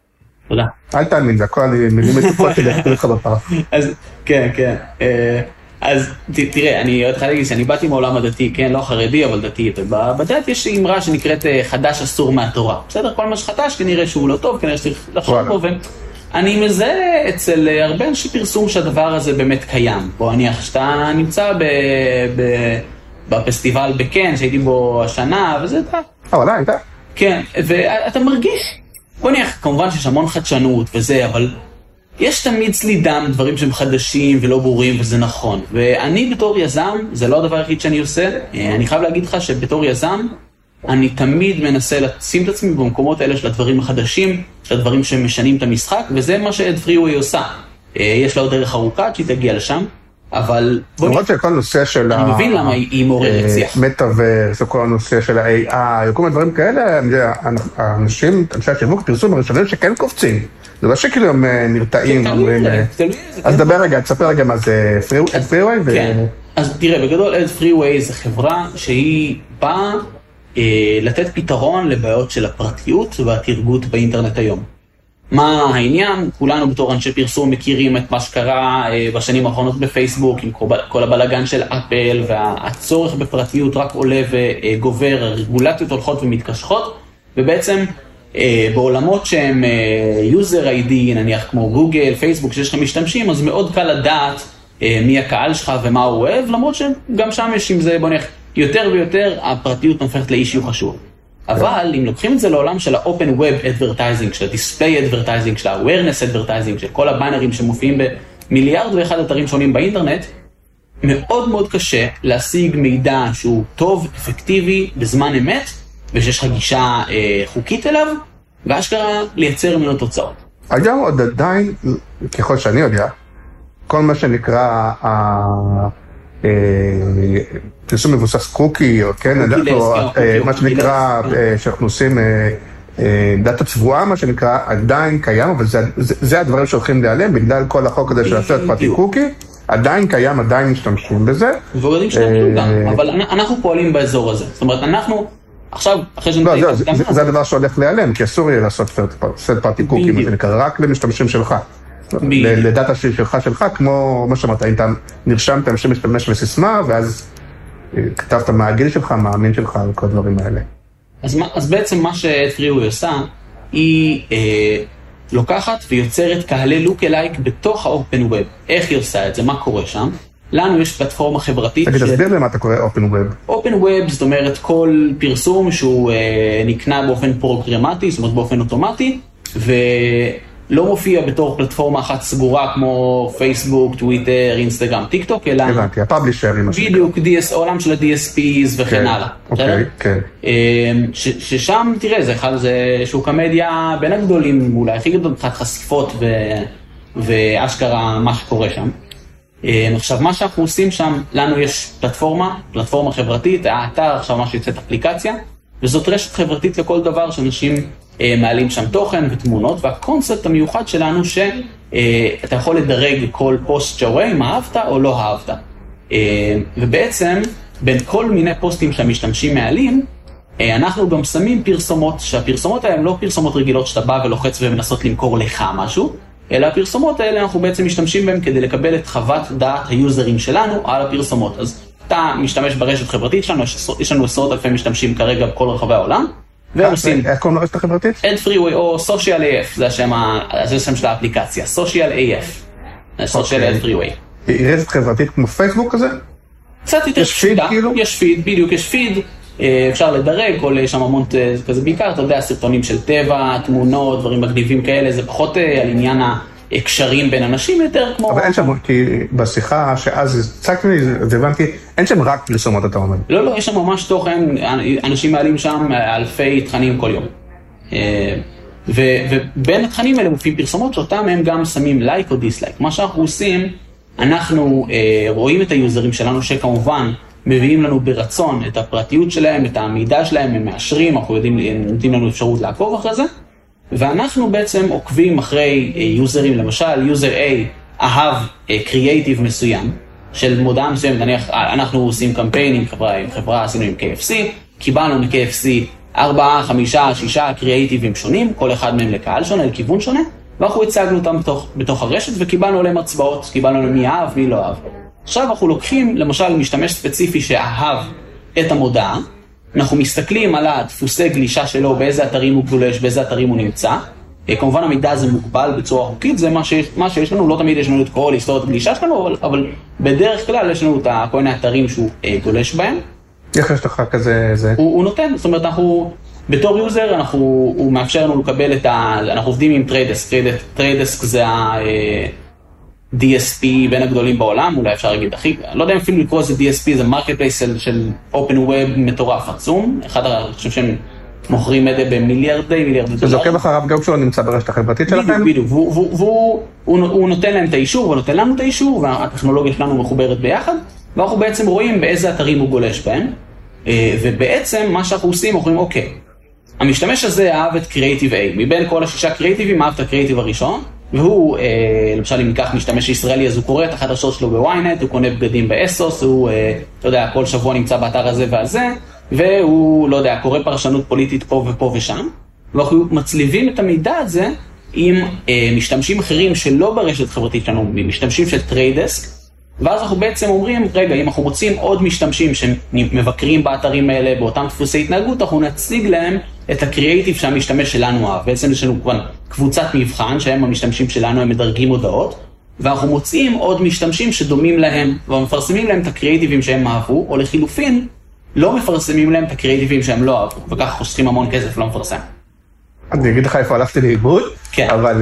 תודה.
אל תאמין, זה הכל אני מבין את הכל כדי להכתוב לך בפרח.
אז כן, כן. אז תראה, אני עוד חייב להגיד שאני באתי מעולם הדתי, כן, לא חרדי, אבל דתי. בדת יש אמרה שנקראת חדש אסור מהתורה. בסדר, כל מה שחדש כנראה שהוא לא טוב, כנראה שצריך לחשוב בו, ואני מזהה אצל הרבה אנשי פרסום שהדבר הזה באמת קיים. בוא נניח שאתה נמצא בפסטיבל בקן, שהייתי בו השנה, וזה אתה.
אה, וואלה, הייתה?
כן, ואתה מרגיש, בוא נניח, כמובן שיש המון חדשנות וזה, אבל יש תמיד סלידם, דברים שהם חדשים ולא ברורים, וזה נכון. ואני בתור יזם, זה לא הדבר היחיד שאני עושה, אני חייב להגיד לך שבתור יזם, אני תמיד מנסה לשים את עצמי במקומות האלה של הדברים החדשים, של הדברים שמשנים את המשחק, וזה מה ש-Freeway עושה. יש לה עוד דרך ארוכה, שהיא תגיע לשם, אבל...
למרות שכל הנושא של
אני מבין למה היא מעוררת שיח.
מטאברס, או כל הנושא של ה-איי איי, כל מיני דברים כאלה, האנשים, אנשי השיווק, פרסום הראשונים שכן קופצים. זה לא שכאילו הם נרתעים. אז דבר רגע, תספר רגע מה זה Freeway.
כן, אז תראה, בגדול Freeway זה חברה שהיא באה לתת פתרון לבעיות של הפרטיות והתרגות באינטרנט היום. מה העניין? כולנו בתור אנשי פרסום מכירים את מה שקרה בשנים האחרונות בפייסבוק, עם כל הבלגן של אפל, והצורך בפרטיות רק עולה וגובר, הרגולציות הולכות ומתקשחות, ובעצם בעולמות שהם יוזר איי די, נניח כמו גוגל, פייסבוק, שיש לך משתמשים, אז מאוד קל לדעת מי הקהל שלך ומה הוא אוהב, למרות שגם שם יש עם זה, בוא נניח, יותר ויותר הפרטיות נופכת לאישיו חשוב. אבל אם לוקחים את זה לעולם של ה-Open Web Advertising, של ה-Display Advertising, של ה-Awareness Advertising, של כל הבאנרים שמופיעים במיליארד ואחד אתרים שונים באינטרנט, מאוד מאוד קשה להשיג מידע שהוא טוב, אפקטיבי, בזמן אמת, ושיש לך גישה אה, חוקית אליו, ואשכרה לייצר ממנו תוצאות.
היום עוד עדיין, ככל שאני יודע, כל מה שנקרא פרסום מבוסס קוקי, או כן, מה שנקרא, שאנחנו עושים דאטה צבועה, מה שנקרא, עדיין קיים, אבל זה הדברים שהולכים להיעלם, בגלל כל החוק הזה של הסרט פרטי קוקי, עדיין קיים, עדיין משתמשים בזה.
ועוד משתמשים גם, אבל אנחנו פועלים באזור הזה. זאת אומרת, אנחנו, עכשיו, אחרי שנתיים...
לא, זה הדבר שהולך להיעלם, כי אסור יהיה לעשות סרט פרטי קוקי, מה שנקרא, רק למשתמשים שלך. לדאטה שלך שלך, כמו מה שאמרת, אם אתה נרשמת, אנשים משתמש בסיסמה, ואז כתבת מה הגיל שלך, מה המין שלך, וכל הדברים האלה.
אז בעצם מה ש-Freeway עושה, היא לוקחת ויוצרת קהלי לוק-אלייק בתוך ה-Open Web. איך היא עושה את זה? מה קורה שם? לנו יש פלטפורמה חברתית...
תגיד, תסביר לי מה אתה קורא Open Web.
Open Web, זאת אומרת, כל פרסום שהוא נקנה באופן פרוגרמטי, זאת אומרת באופן אוטומטי, ו... לא מופיע בתור פלטפורמה אחת סגורה כמו פייסבוק, טוויטר, אינסטגרם, טיק טוק, אלא...
הבנתי, הפאבלישרים.
בדיוק, העולם של ה-די אס פיז וכן הלאה.
אוקיי, כן.
ששם, תראה, זה אחד, זה שוק המדיה בין הגדולים, אולי הכי גדול מבחינת חשיפות ואשכרה מה שקורה שם. עכשיו, מה שאנחנו עושים שם, לנו יש פלטפורמה, פלטפורמה חברתית, האתר, עכשיו מה שיוצאת אפליקציה, וזאת רשת חברתית לכל דבר שאנשים מעלים שם תוכן ותמונות, והקונספט המיוחד שלנו שאתה יכול לדרג כל פוסט שרואה אם אהבת או לא אהבת. ובעצם בין כל מיני פוסטים שהמשתמשים מעלים, אנחנו גם שמים פרסומות, שהפרסומות האלה הן לא פרסומות רגילות שאתה בא ולוחץ ומנסות למכור לך משהו, אלא הפרסומות האלה אנחנו בעצם משתמשים בהן כדי לקבל את חוות דעת היוזרים שלנו על הפרסומות. אז אתה משתמש ברשת חברתית שלנו, יש לנו עשרות אלפי משתמשים כרגע בכל רחבי העולם,
איך קוראים לרשת החברתית?
Freeway או Social איי אף, זה השם של האפליקציה, Social איי אף, Social Freeway.
היא רשת חברתית כמו פייסבוק כזה?
קצת יותר פשוטה, יש פיד, בדיוק יש פיד, אפשר לדרג, עולה שם המון כזה בעיקר, אתה יודע, סרטונים של טבע, תמונות, דברים מגניבים כאלה, זה פחות על עניין הקשרים בין אנשים יותר כמו...
אבל אין שם, כי בשיחה שאז הצגתי לי, זה הבנתי, אין שם רק פרסומות, אתה אומר.
לא, לא, יש שם ממש תוכן, אנשים מעלים שם אלפי תכנים כל יום. ובין התכנים האלה מופיעים פרסומות, שאותם הם גם שמים לייק או דיסלייק. מה שאנחנו עושים, אנחנו רואים את היוזרים שלנו, שכמובן מביאים לנו ברצון את הפרטיות שלהם, את המידע שלהם, הם מאשרים, אנחנו יודעים, הם נותנים לנו אפשרות לעקוב אחרי זה. ואנחנו בעצם עוקבים אחרי יוזרים, למשל, יוזר A אהב קריאייטיב מסוים, של מודעה מסוים, נניח, אנחנו עושים קמפיין עם חברה, עם חברה עשינו עם קיי אף סי, קיבלנו מ-קיי אף סי ארבעה, חמישה, שישה קריאייטיבים שונים, כל אחד מהם לקהל שונה, לכיוון שונה, ואנחנו הצגנו אותם בתוך, בתוך הרשת, וקיבלנו עליהם הצבעות, קיבלנו עליהם מי אהב, מי לא אהב. עכשיו אנחנו לוקחים, למשל, משתמש ספציפי שאהב את המודעה, אנחנו מסתכלים על הדפוסי גלישה שלו, באיזה אתרים הוא גולש, באיזה אתרים הוא נמצא. כמובן המידע הזה מוגבל בצורה חוקית, זה מה שיש, מה שיש לנו, לא תמיד יש לנו את כל היסטוריות הגלישה שלנו, אבל, אבל בדרך כלל יש לנו את כל מיני אתרים שהוא אה, גולש בהם.
איך יש לך כזה זה?
הוא, הוא נותן, זאת אומרת, אנחנו, בתור יוזר, אנחנו, הוא מאפשר לנו לקבל את ה... אנחנו עובדים עם טריידסק, טריידסק זה ה-די אס פי בין הגדולים בעולם, אולי אפשר להגיד הכי, לא יודע אם אפילו לקרוא זה די אס פי, זה מרקטפלייס של, של Open Web מטורף עצום, אחד אני חושב שהם מוכרים מדע במיליארדי, מיליארדי דולר.
זה עוקב אחריו גם כשהוא נמצא ברשת החברתית שלכם?
בדיוק, בדיוק, והוא נותן להם את האישור, ונותן לנו את האישור, והטכנולוגיה שלנו מחוברת ביחד, ואנחנו בעצם רואים באיזה אתרים הוא גולש בהם, ובעצם מה שאנחנו עושים, אנחנו אומרים, אוקיי, המשתמש הזה אהב את קריאיטיב A, מבין כל השישה קריאיטיבים אהב את הקריאיטיב הראשון, והוא, למשל אם ניקח משתמש ישראלי, אז הוא קורא את החדשות שלו בוויינט, הוא קונה בגדים באסוס, הוא, אתה יודע, כל שבוע נמצא באתר הזה והזה, והוא, לא יודע, קורא פרשנות פוליטית פה ופה ושם, ואנחנו מצליבים את המידע הזה עם אה, משתמשים אחרים שלא ברשת חברתית שלנו, משתמשים של טריידסק, ואז אנחנו בעצם אומרים, רגע, אם אנחנו מוצאים עוד משתמשים שמבקרים באתרים האלה, באותם דפוסי התנהגות, אנחנו נציג להם את הקריאיטיב שהמשתמש שלנו אהב. בעצם יש לנו כבר קבוצת מבחן, שהם המשתמשים שלנו, הם מדרגים הודעות, ואנחנו מוצאים עוד משתמשים שדומים להם, ומפרסמים להם את הקריאיטיבים שהם אהבו, או לחילופין, לא מפרסמים להם את הקריאיטיבים שהם לא אהבו, וכך חוסכים המון כסף לא מפרסם.
אני אגיד לך איפה הלכתי לאיבוד,
כן.
אבל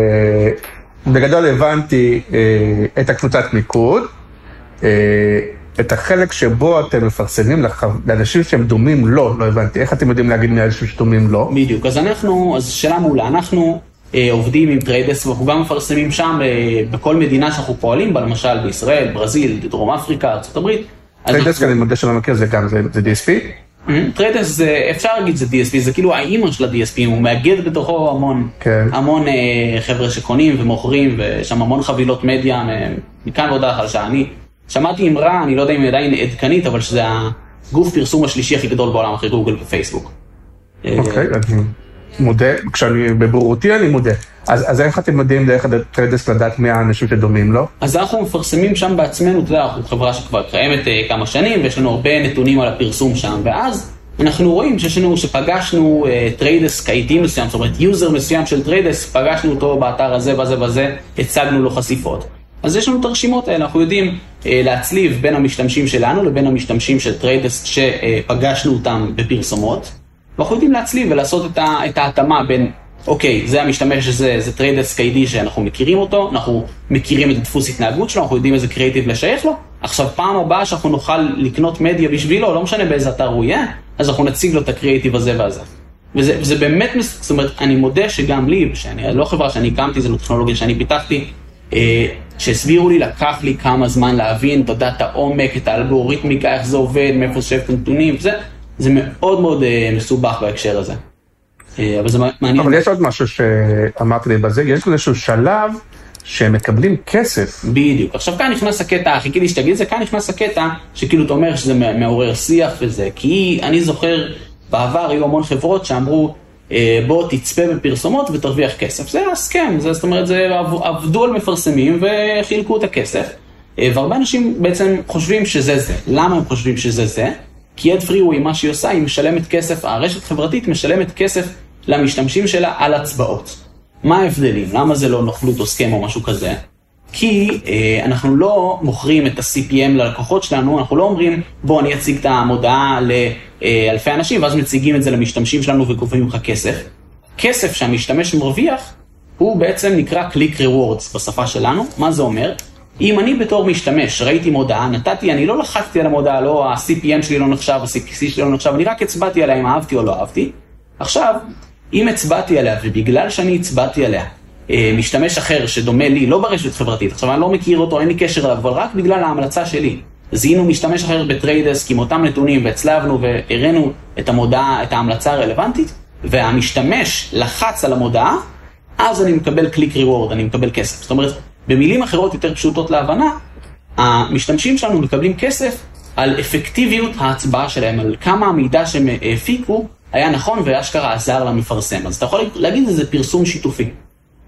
uh, בגדול הבנתי uh, את הקבוצת מיקוד, uh, את החלק שבו אתם מפרסמים לח... לאנשים שהם דומים לא, לא הבנתי. איך אתם יודעים להגיד מאנשים שדומים לא?
בדיוק, אז אנחנו, אז שאלה מעולה, אנחנו uh, עובדים עם טריידסק, ואנחנו גם מפרסמים שם uh, בכל מדינה שאנחנו פועלים בה, למשל בישראל, ברזיל, דרום אפריקה, ארצות הברית.
טריידסק, אני מודה שלא מכיר, זה גם, זה די אס פי?
טריידסק זה, אפשר להגיד זה די אס פי, זה כאילו האימא של ה-די אס פי, הוא מאגד בתוכו המון, המון חבר'ה שקונים ומוכרים, ושם המון חבילות מדיה, מכאן ועוד חלשה. אני שמעתי אמרה, אני לא יודע אם היא עדיין עדכנית, אבל שזה הגוף פרסום השלישי הכי גדול בעולם, אחרי גוגל ופייסבוק.
אוקיי, אני מודה, כשאני בבורותי אני מודה. אז, אז איך אתם יודעים דרך טריידסק לדעת מי האנשים שדומים לו?
אז אנחנו מפרסמים שם בעצמנו, אתה יודע, אנחנו חברה שכבר קיימת כמה שנים, ויש לנו הרבה נתונים על הפרסום שם, ואז אנחנו רואים שיש לנו, שפגשנו טריידסק איי-די מסוים, זאת אומרת, יוזר מסוים של טריידסק, פגשנו אותו באתר הזה וזה וזה, הצגנו לו חשיפות. אז יש לנו את הרשימות האלה, אנחנו יודעים להצליב בין המשתמשים שלנו לבין המשתמשים של טריידסק שפגשנו אותם בפרסומות, ואנחנו יודעים להצליב ולעשות את ההתאמה בין אוקיי, זה המשתמש הזה, זה טריידסק איי-די שאנחנו מכירים אותו, אנחנו מכירים את הדפוס התנהגות שלו, אנחנו יודעים איזה קריאיטיב לשייך לו. עכשיו, פעם הבאה שאנחנו נוכל לקנות מדיה בשבילו, לא משנה באיזה אתר הוא יהיה, אז אנחנו נציג לו את הקריאיטיב הזה והזה. וזה, וזה באמת, זאת אומרת, אני מודה שגם לי, שאני לא חברה שאני הקמתי, זה לא טכנולוגיה שאני פיתחתי, שהסבירו לי, לקח לי כמה זמן להבין, אתה יודע, את העומק, את האלגוריתמיקה, איך זה עובד, מאיפה שואב את הנתונים, וזה, זה מאוד מאוד מסובך בהקשר הזה. אבל זה מעניין.
אבל יש עוד משהו שאמרתי לי בזה, יש איזשהו שלב שהם מקבלים כסף.
בדיוק. עכשיו כאן נכנס הקטע, חיכי לי שתגיד זה, כאן נכנס הקטע שכאילו אתה אומר שזה מעורר שיח וזה, כי אני זוכר בעבר היו המון חברות שאמרו בוא תצפה בפרסומות ותרוויח כסף. זה הסכם, זה, זאת אומרת, זה עבדו על מפרסמים וחילקו את הכסף. והרבה אנשים בעצם חושבים שזה זה. למה הם חושבים שזה זה? כי Ad Freeway, מה שהיא עושה, היא משלמת כסף, הרשת חברתית משלמת כסף למשתמשים שלה על הצבעות. מה ההבדלים? למה זה לא נוכלות או סכם או משהו כזה? כי אה, אנחנו לא מוכרים את ה-סי פי אם ללקוחות שלנו, אנחנו לא אומרים, בוא אני אציג את המודעה לאלפי אנשים, ואז מציגים את זה למשתמשים שלנו וגובים לך כסף. כסף שהמשתמש מרוויח, הוא בעצם נקרא Click Rewards בשפה שלנו. מה זה אומר? אם אני בתור משתמש ראיתי מודעה, נתתי, אני לא לחצתי על המודעה, לא, ה-סי פי אם שלי לא נחשב, ה-סי פי סי שלי לא נחשב, אני רק הצבעתי עליה אם אהבתי או לא אהבתי. עכשיו, אם הצבעתי עליה, ובגלל שאני הצבעתי עליה, משתמש אחר שדומה לי, לא ברשת חברתית, עכשיו אני לא מכיר אותו, אין לי קשר אליו, אבל רק בגלל ההמלצה שלי, זיהינו משתמש אחר בטריידסק עם אותם נתונים, והצלבנו והראינו את המודעה, את ההמלצה הרלוונטית, והמשתמש לחץ על המודעה, אז אני מקבל קליק ריוורד, אני מקבל כסף. זאת אומרת, במילים אחרות יותר פשוטות להבנה, המשתמשים שלנו מקבלים כסף על אפקטיביות ההצבעה שלהם, על כמה המידע שהם הפיקו היה נכון ואשכרה עזר למפרסם. אז אתה יכול להגיד שזה פרסום שיתופי.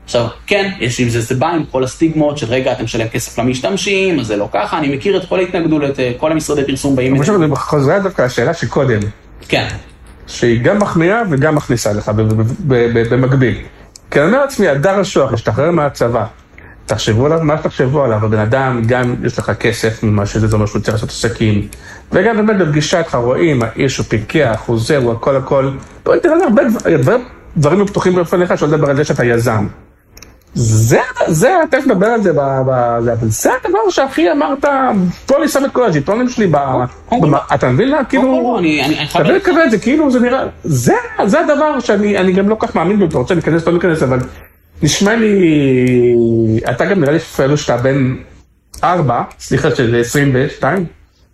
עכשיו, כן, יש עם זה, זה בא עם כל הסטיגמות של רגע, אתם משלם כסף למשתמשים, אז זה לא ככה, אני מכיר את כל ההתנגדות, את כל המשרדי פרסום באים...
אני חושב שזה חוזר דווקא לשאלה שקודם.
כן.
שהיא גם מחמירה וגם מכניסה לך במקביל. כי אני אומר לעצמי, הדר השוח, להשתחרר מהצבא, תחשבו עליו, מה שתחשבו עליו, הבן אדם, גם יש לך כסף ממה שזה, זה אומר שהוא צריך לעשות עסקים, וגם באמת בפגישה איתך רואים, האיש הוא פיקח, הוא זה, הוא הכל הכל, בואי תראה לי הרבה דברים פתוחים באופן אחד, שלא לדבר על זה שאתה יזם. זה, זה, אתה מדבר על זה, אבל זה הדבר שהכי אמרת, פה אני שם את כל הז'יטונים שלי, אתה מבין לה, כאילו, אתה מבין לקבל את זה, כאילו, זה נראה, זה הדבר שאני גם לא כך מאמין בו, אתה רוצה להיכנס, לא להיכנס, אבל נשמע לי, אתה גם נראה לי שאפילו שאתה בן ארבע, סליחה שזה עשרים ושתיים,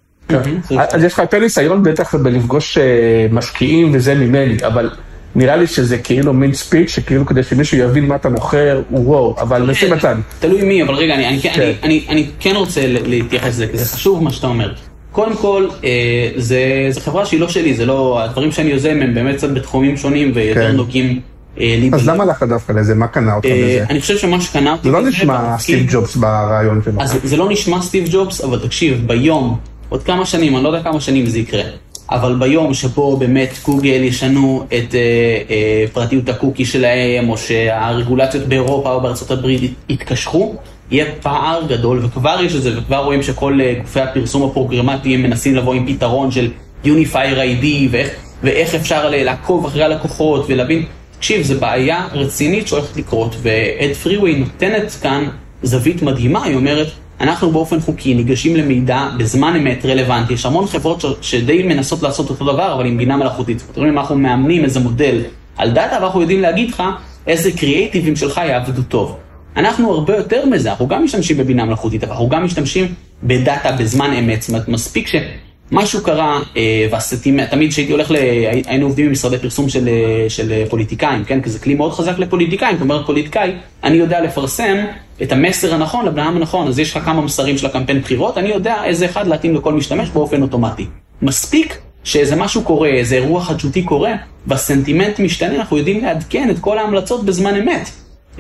אז יש לך יותר ניסיון בטח בלפגוש משקיעים וזה ממני, אבל נראה לי שזה כאילו מין ספיץ' שכאילו כדי שמישהו יבין מה אתה מוכר, וואו, אבל נשים בצד.
תלוי מי, אבל רגע, אני כן רוצה להתייחס לזה, כי זה חשוב מה שאתה אומר. קודם כל, זה חברה שהיא לא שלי, זה לא, הדברים שאני יוזם הם באמת קצת בתחומים שונים ויותר נוגעים לי.
אז למה הלכת דווקא לזה? מה קנה אותך לזה?
אני חושב שמה שקנה אותי...
זה לא נשמע סטיב ג'ובס ברעיון שלו.
אז זה לא נשמע סטיב ג'ובס, אבל תקשיב, ביום, עוד כמה שנים, אני לא יודע כמה שנים זה יקרה, אבל ביום שבו באמת גוגל ישנו את אה, אה, פרטיות הקוקי שלהם, או שהרגולציות באירופה או בארצות הברית יתקשרו, יהיה פער גדול, וכבר יש את זה, וכבר רואים שכל גופי הפרסום הפרוגרמטיים מנסים לבוא עם פתרון של Unifier איי די, ואיך, ואיך אפשר לעקוב אחרי הלקוחות ולהבין, תקשיב, זו בעיה רצינית שהולכת לקרות, ו-Ad Freeway נותנת כאן זווית מדהימה, היא אומרת, אנחנו באופן חוקי ניגשים למידע בזמן אמת רלוונטי, יש המון חברות שדי מנסות לעשות אותו דבר, אבל עם בינה מלאכותית. זאת אומרת, אנחנו מאמנים איזה מודל על דאטה, ואנחנו יודעים להגיד לך איזה קריאייטיבים שלך יעבדו טוב. אנחנו הרבה יותר מזה, אנחנו גם משתמשים בבינה מלאכותית, אבל אנחנו גם משתמשים בדאטה בזמן אמת. זאת אומרת, מספיק שמשהו קרה, ועשיתי, תמיד שהייתי הולך, היינו עובדים במשרדי פרסום של, של פוליטיקאים, כן? כי זה כלי מאוד חזק לפוליטיקאים. זאת אומרת, פוליטיקאי, אני יודע לפרסם את המסר הנכון לבן אדם הנכון, אז יש לך כמה מסרים של הקמפיין בחירות, אני יודע איזה אחד להתאים לכל משתמש באופן אוטומטי. מספיק שאיזה משהו קורה, איזה אירוע חדשותי קורה, והסנטימנט משתנה, אנחנו יודעים לעדכן את כל ההמלצות בזמן אמת.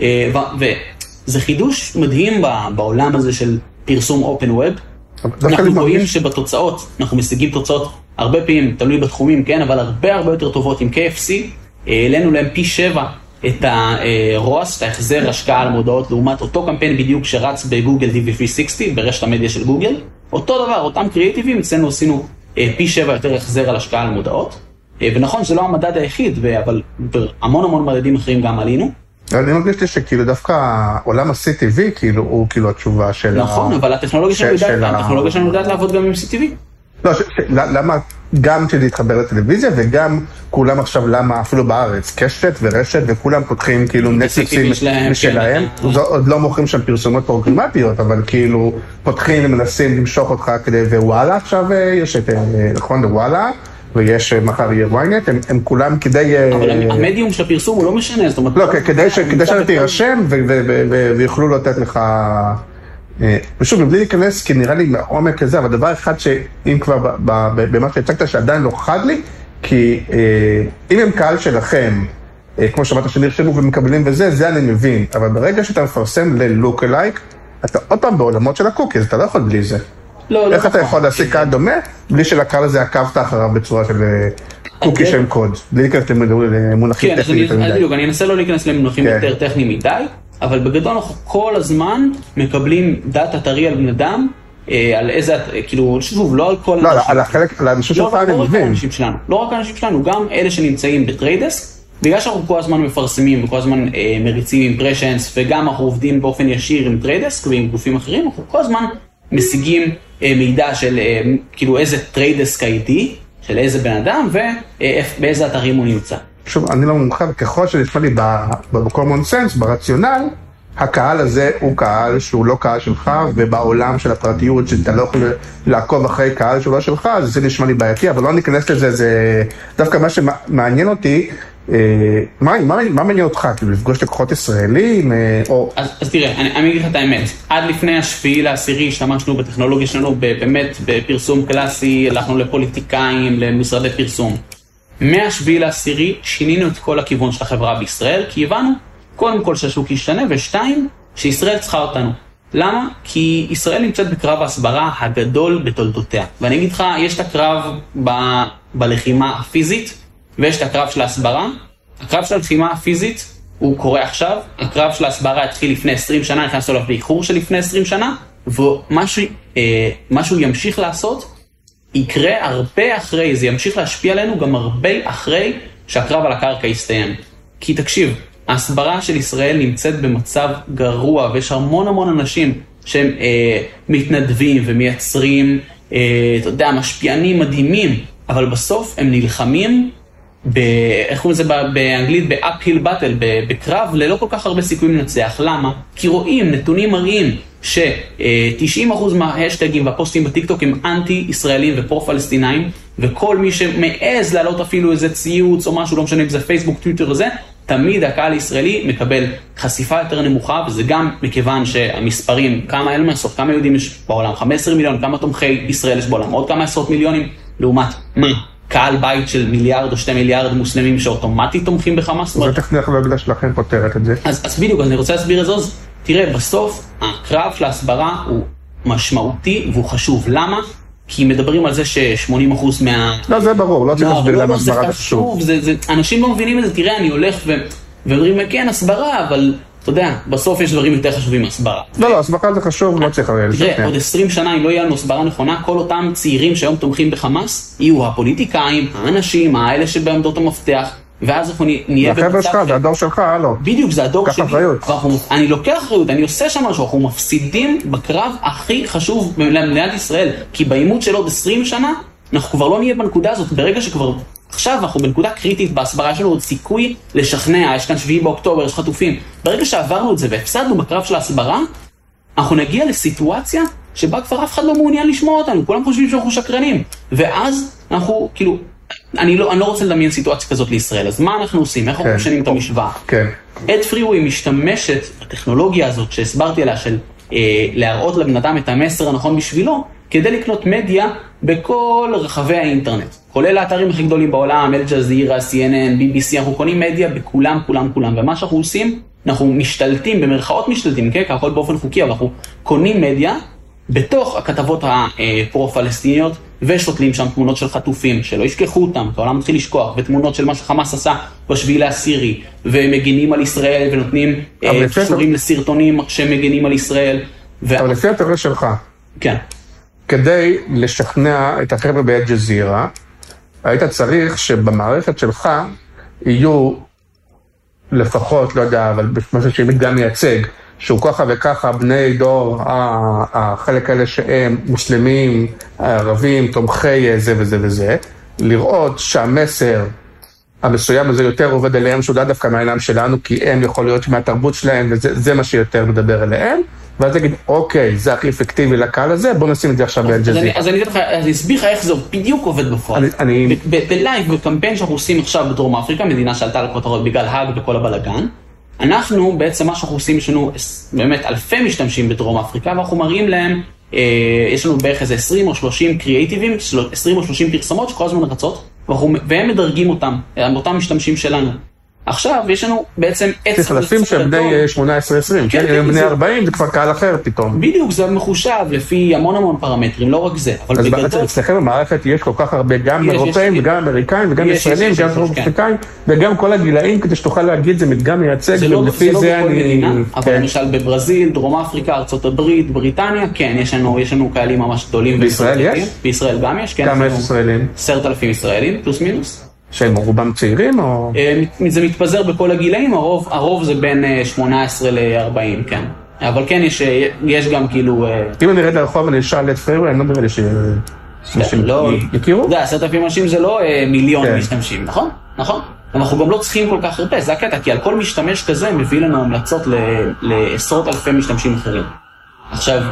וזה חידוש מדהים בעולם הזה של פרסום אופן ווב. אנחנו רואים שבתוצאות, אנחנו משיגים תוצאות הרבה פעמים, תלוי בתחומים, כן, אבל הרבה הרבה יותר טובות עם קיי אף סי, העלינו להם פי שבע את ה-רואס, את ההחזר השקעה על מודעות, לעומת אותו קמפיין בדיוק שרץ בגוגל די וי שלוש מאות, ברשת המדיה של גוגל. אותו דבר, אותם קריאיטיבים, אצלנו עשינו פי שבע יותר החזר על השקעה על מודעות. ונכון, זה לא המדד היחיד, אבל המון המון מדדים אחרים גם עלינו.
אני מרגיש לי שכאילו דווקא עולם ה-סי טי וי, כאילו, הוא כאילו התשובה של...
נכון, אבל הטכנולוגיה שלנו יודעת לעבוד גם עם סי טי וי.
לא, למה גם שזה יתחבר לטלוויזיה, וגם כולם עכשיו למה, אפילו בארץ, קשת ורשת, וכולם פותחים כאילו נטפליקסים משלהם. עוד לא מוכרים שם פרסומות פרוגרמטיות, אבל כאילו פותחים ומנסים למשוך אותך כדי, ווואלה עכשיו יש את, נכון, וואלה, ויש מחר יהיה וויינט, הם כולם כדי...
אבל המדיום של הפרסום הוא לא משנה, זאת אומרת...
לא, כדי שאתה תירשם ויוכלו לתת לך... ושוב, מבלי להיכנס, כי נראה לי מעומק כזה, אבל דבר אחד שאם כבר במה שהצגת שעדיין לא חד לי, כי אם הם קהל שלכם, כמו שאמרת שנרשמו ומקבלים וזה, זה אני מבין, אבל ברגע שאתה מפרסם ללוק-אלייק, אתה עוד פעם בעולמות של הקוקיז, אתה לא יכול בלי זה. איך אתה יכול להשיג קהל דומה, בלי שלקהל הזה עקבת אחריו בצורה של קוקי שם קוד, בלי להיכנס למונחים טכניים יותר מדי.
כן, אני אנסה לא להיכנס למונחים יותר טכניים מדי, אבל בגדול אנחנו כל הזמן מקבלים דאטה טרי על בן אדם, על איזה, כאילו, שוב, לא על כל...
לא, על החלק, על האנשים שלך אני מבין.
לא רק האנשים שלנו, גם אלה שנמצאים בטריידס, בגלל שאנחנו כל הזמן מפרסמים וכל הזמן מריצים אימפרשנס, וגם אנחנו עובדים באופן ישיר עם טריידס ועם גופים אחרים, אנחנו כל הזמן משיגים מידע של כאילו איזה טריידס איי די, של איזה בן אדם, ובאיזה אתרים הוא נמצא.
שוב, אני לא מומחה, וככל שנשמע לי ב-common sense, ברציונל, הקהל הזה הוא קהל שהוא לא קהל שלך, ובעולם של הפרטיות, שאתה לא יכול לעקוב אחרי קהל שהוא לא שלך, אז זה נשמע לי בעייתי, אבל לא ניכנס לזה, זה דווקא מה שמעניין אותי, מה מעניין אותך? כאילו לפגוש לקוחות ישראלים?
אז תראה, אני אגיד לך את האמת, עד לפני השביעי לעשירי השתמשנו בטכנולוגיה שלנו, באמת בפרסום קלאסי, הלכנו לפוליטיקאים, למשרדי פרסום. מהשביעי לעשירי שינינו את כל הכיוון של החברה בישראל, כי הבנו קודם כל שהשוק ישתנה, ושתיים, שישראל צריכה אותנו. למה? כי ישראל נמצאת בקרב ההסברה הגדול בתולדותיה. ואני אגיד לך, יש את הקרב ב- בלחימה הפיזית, ויש את הקרב של ההסברה. הקרב של הלחימה הפיזית הוא קורה עכשיו, הקרב של ההסברה התחיל לפני עשרים שנה, נכנסו לו באיחור של לפני עשרים שנה, ומשהו אה, משהו ימשיך לעשות, יקרה הרבה אחרי, זה ימשיך להשפיע עלינו גם הרבה אחרי שהקרב על הקרקע יסתיים. כי תקשיב, ההסברה של ישראל נמצאת במצב גרוע, ויש המון המון אנשים שהם אה, מתנדבים ומייצרים, אה, אתה יודע, משפיענים מדהימים, אבל בסוף הם נלחמים, ב, איך קוראים לזה באנגלית? ב-uphill battle, בקרב ללא כל כך הרבה סיכויים לנצח. למה? כי רואים, נתונים מראים ש-תשעים אחוז מההשטגים והפוסטים בטיקטוק הם אנטי-ישראלים ופרו-פלסטינאים, וכל מי שמעז להעלות אפילו איזה ציוץ או משהו, לא משנה אם זה פייסבוק, טוויטר וזה, תמיד הקהל הישראלי מקבל חשיפה יותר נמוכה, וזה גם מכיוון שהמספרים, כמה אין מהסוף, כמה יהודים יש בעולם, חמישה עשר מיליון, כמה תומכי ישראל יש בעולם, עוד כמה עשרות מיליונים, לעומת מה? קהל בית של מיליארד או שתי מיליארד מוסלמים שאוטומטית תומכים בחמאס.
זה טכנולוגיה שלכם פותרת את זה.
אז, אז בדיוק, אז אני רוצה להסביר את זה. אז תראה, בסוף הקרב של ההסברה הוא משמעותי והוא חשוב. למה? כי מדברים על זה ש-שמונים אחוז מה...
לא, זה ברור, לא צריך להסביר למה הסברה זה חשוב.
זה, זה, אנשים לא מבינים את זה. תראה, אני הולך ו... ואומרים, כן, הסברה, אבל אתה יודע, בסוף יש דברים יותר חשובים מהסברה.
לא, לא, הסברה זה חשוב, לא צריך הרי.
תראה, עוד עשרים שנה, אם לא יהיה לנו הסברה נכונה, כל אותם צעירים שהיום תומכים בחמאס, יהיו הפוליטיקאים, האנשים, האלה שבעמדות המפתח, ואז אנחנו נהיה...
זה החבר'ה שלך, זה הדור שלך, הלו.
בדיוק, זה הדור שלי.
קח אחריות.
אני לוקח אחריות, אני עושה שם משהו, אנחנו מפסידים בקרב הכי חשוב למדינת ישראל, כי בעימות של עוד עשרים שנה, אנחנו כבר לא נהיה בנקודה הזאת, ברגע שכבר... עכשיו אנחנו בנקודה קריטית בהסברה שלנו, עוד סיכוי לשכנע, יש כאן שביעי באוקטובר, יש חטופים. ברגע שעברנו את זה והפסדנו בקרב של ההסברה, אנחנו נגיע לסיטואציה שבה כבר אף אחד לא מעוניין לשמוע אותנו, כולם חושבים שאנחנו שקרנים. ואז אנחנו, כאילו, אני לא, אני לא רוצה לדמיין סיטואציה כזאת לישראל, אז מה אנחנו עושים? איך אנחנו משנים את המשוואה?
כן.
אד פריווי משתמשת בטכנולוגיה הזאת שהסברתי עליה, של אה, להראות לבן אדם את המסר הנכון בשבילו, כדי לקנות מדיה בכל רחבי האינטרנט. כולל האתרים הכי גדולים בעולם, אל-ג'זירה, סי אן אן, בי בי סי, אנחנו קונים מדיה בכולם, כולם, כולם. ומה שאנחנו עושים, אנחנו משתלטים, במרכאות משתלטים, כן? הכל באופן חוקי, אבל אנחנו קונים מדיה בתוך הכתבות הפרו-פלסטיניות, ושותלים שם תמונות של חטופים, שלא ישכחו אותם, העולם מתחיל לשכוח, ותמונות של מה שחמאס עשה בשביעי לעשירי, ומגינים על ישראל, ונותנים קישורים לסרטונים שמגינים על ישראל.
אבל לפי התיאוריה שלך,
כן.
כדי לשכנע את החבר'ה באל-ג'זירה, היית צריך שבמערכת שלך יהיו לפחות, לא יודע, אבל משהו שהיא גם מייצג, שהוא ככה וככה בני דור, החלק האלה שהם מוסלמים, ערבים, תומכי זה וזה וזה, לראות שהמסר המסוים הזה יותר עובד אליהם, שהוא דווקא מהעיניים שלנו, כי הם יכול להיות מהתרבות שלהם, וזה מה שיותר מדבר אליהם, ואז תגיד, אוקיי, זה הכי אפקטיבי לקהל הזה, בוא נשים את זה עכשיו באל-ג'זירה.
אז אני אסביר לך איך זה בדיוק עובד בפועל. בלייב, בקמפיין שאנחנו עושים עכשיו בדרום אפריקה, מדינה שעלתה לכותרות בגלל האג וכל הבלגן, אנחנו בעצם מה שאנחנו עושים, יש לנו באמת אלפי משתמשים בדרום אפריקה, ואנחנו מראים להם, יש לנו בערך איזה עשרים או שלושים קריאטיבים, עשרים או שלושים פרסמות שכל הזמן רצות, והם מדרגים אותם, אותם משתמשים שלנו. עכשיו יש לנו בעצם
צריך אלפים שהם בני שמונה עשרה עשרים, כן? הם בני ארבעים, זה כבר קהל אחר פתאום.
בדיוק, זה מחושב לפי המון המון פרמטרים, לא רק זה.
אז בעצם אצלכם במערכת יש כל כך הרבה, גם אירופאים וגם אמריקאים וגם ישראלים, גם דרום אפריקאים, וגם כל הגילאים, כדי שתוכל להגיד, זה מדגם מייצג, ולפי זה אני...
אבל למשל בברזיל, דרום אפריקה, ארצות הברית, בריטניה, כן, יש לנו קהלים ממש גדולים.
בישראל יש?
בישראל גם יש, כן.
כמה יש ישראלים?
עשרת אלפים ישראלים, פלוס מינוס.
שהם רובם צעירים או?
זה מתפזר בכל הגילאים, הרוב, הרוב זה בין שמונה עשרה ל-ארבעים, כן. אבל כן, יש, יש גם כאילו...
אם אני ארד לרחוב ואני אשאל את פריווי, אני לא נראה לי שאנשים יכירו?
זה, עשרת אלפים אנשים זה לא מיליון משתמשים, נכון? נכון? אנחנו גם לא צריכים כל כך הרבה, זה הקטע, כי על כל משתמש כזה מביא לנו המלצות לעשרות אלפי משתמשים אחרים. עכשיו...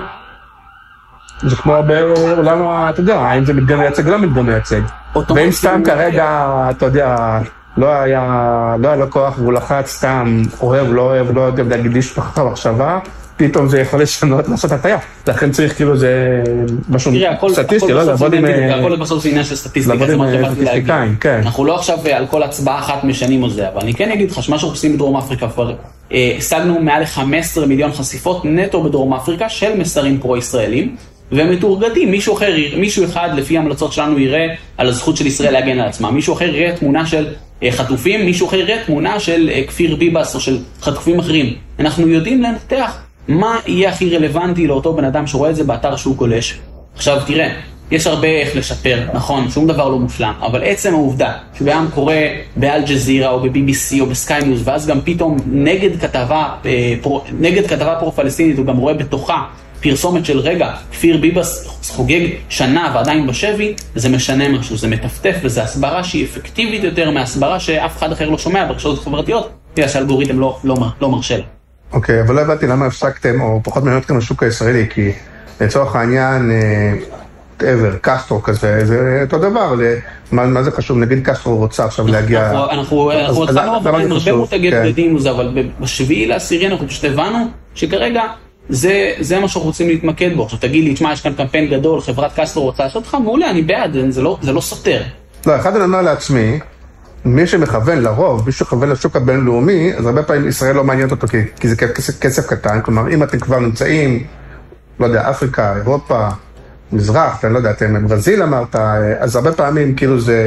זה כמו בעולם, אתה יודע, האם זה מדגם מייצג, לא מדגם מייצג. ואם סתם כרגע, אתה יודע, לא היה, לא היה לו כוח והוא לחץ סתם, אוהב, לא אוהב, לא יודע, להגיד משפחה מחשבה, פתאום זה יכול לשנות, לעשות הטיה. לכן צריך כאילו זה משהו סטטיסטי, לא לעבוד עם...
הכל בסוף זה עניין של סטטיסטיקה,
לעבוד עם סטטיסטיקאים, כן.
אנחנו לא עכשיו על כל הצבעה אחת משנים או זה, אבל אני כן אגיד לך שמה שאנחנו עושים בדרום אפריקה כבר, השגנו מעל ל-חמישה עשר מיליון חשיפות נטו בדרום אפריקה של מסרים פרו-ישראלים, והם מתורגדים, מישהו אחר, מישהו אחד לפי המלצות שלנו יראה על הזכות של ישראל להגן על עצמה, מישהו אחר יראה תמונה של חטופים, מישהו אחר יראה תמונה של כפיר ביבס או של חטופים אחרים. אנחנו יודעים לנתח מה יהיה הכי רלוונטי לאותו בן אדם שרואה את זה באתר שהוא גולש. עכשיו תראה, יש הרבה איך לשפר, נכון, שום דבר לא מושלם, אבל עצם העובדה שבעם קורא באל ג'זירה או ב-בי בי סי או בסקיי ניוז, ואז גם פתאום נגד כתבה, נגד כתבה פרו-פלסטינית הוא גם רואה בתוכה פרסומת של רגע, כפיר ביבס חוגג שנה ועדיין בשבי, זה משנה משהו, זה מטפטף וזה הסברה שהיא אפקטיבית יותר מהסברה שאף אחד אחר לא שומע ברשתות חברתיות, בגלל שהאלגוריתם לא, לא, לא מרשה לה.
אוקיי, אבל לא הבנתי למה הפסקתם, או פחות מעניין אתכם לשוק הישראלי, כי לצורך העניין, עבר, קסטרו כזה, זה אותו דבר, מה זה חשוב? נגיד קסטרו רוצה עכשיו להגיע...
אנחנו רוצים הרבה מותגי בגדים, אבל בשביעי לעשירי אנחנו פשוט הבנו שכרגע זה, זה מה שאנחנו רוצים להתמקד בו. עכשיו תגיד לי, תשמע, יש כאן קמפיין גדול, חברת קסטרו רוצה לעשות לך, מעולה, אני בעד, זה לא, זה לא סותר.
לא, אחד אני אומר לעצמי, מי שמכוון לרוב, מי שמכוון לשוק הבינלאומי, אז הרבה פעמים ישראל לא מעניינת אותו, כי, כי זה כסף, כסף קטן, כלומר, אם אתם כבר נמצאים, לא יודע, אפריקה, אירופה, מזרח, אני לא יודע, אתם ברזיל אמרת, אז הרבה פעמים כאילו זה,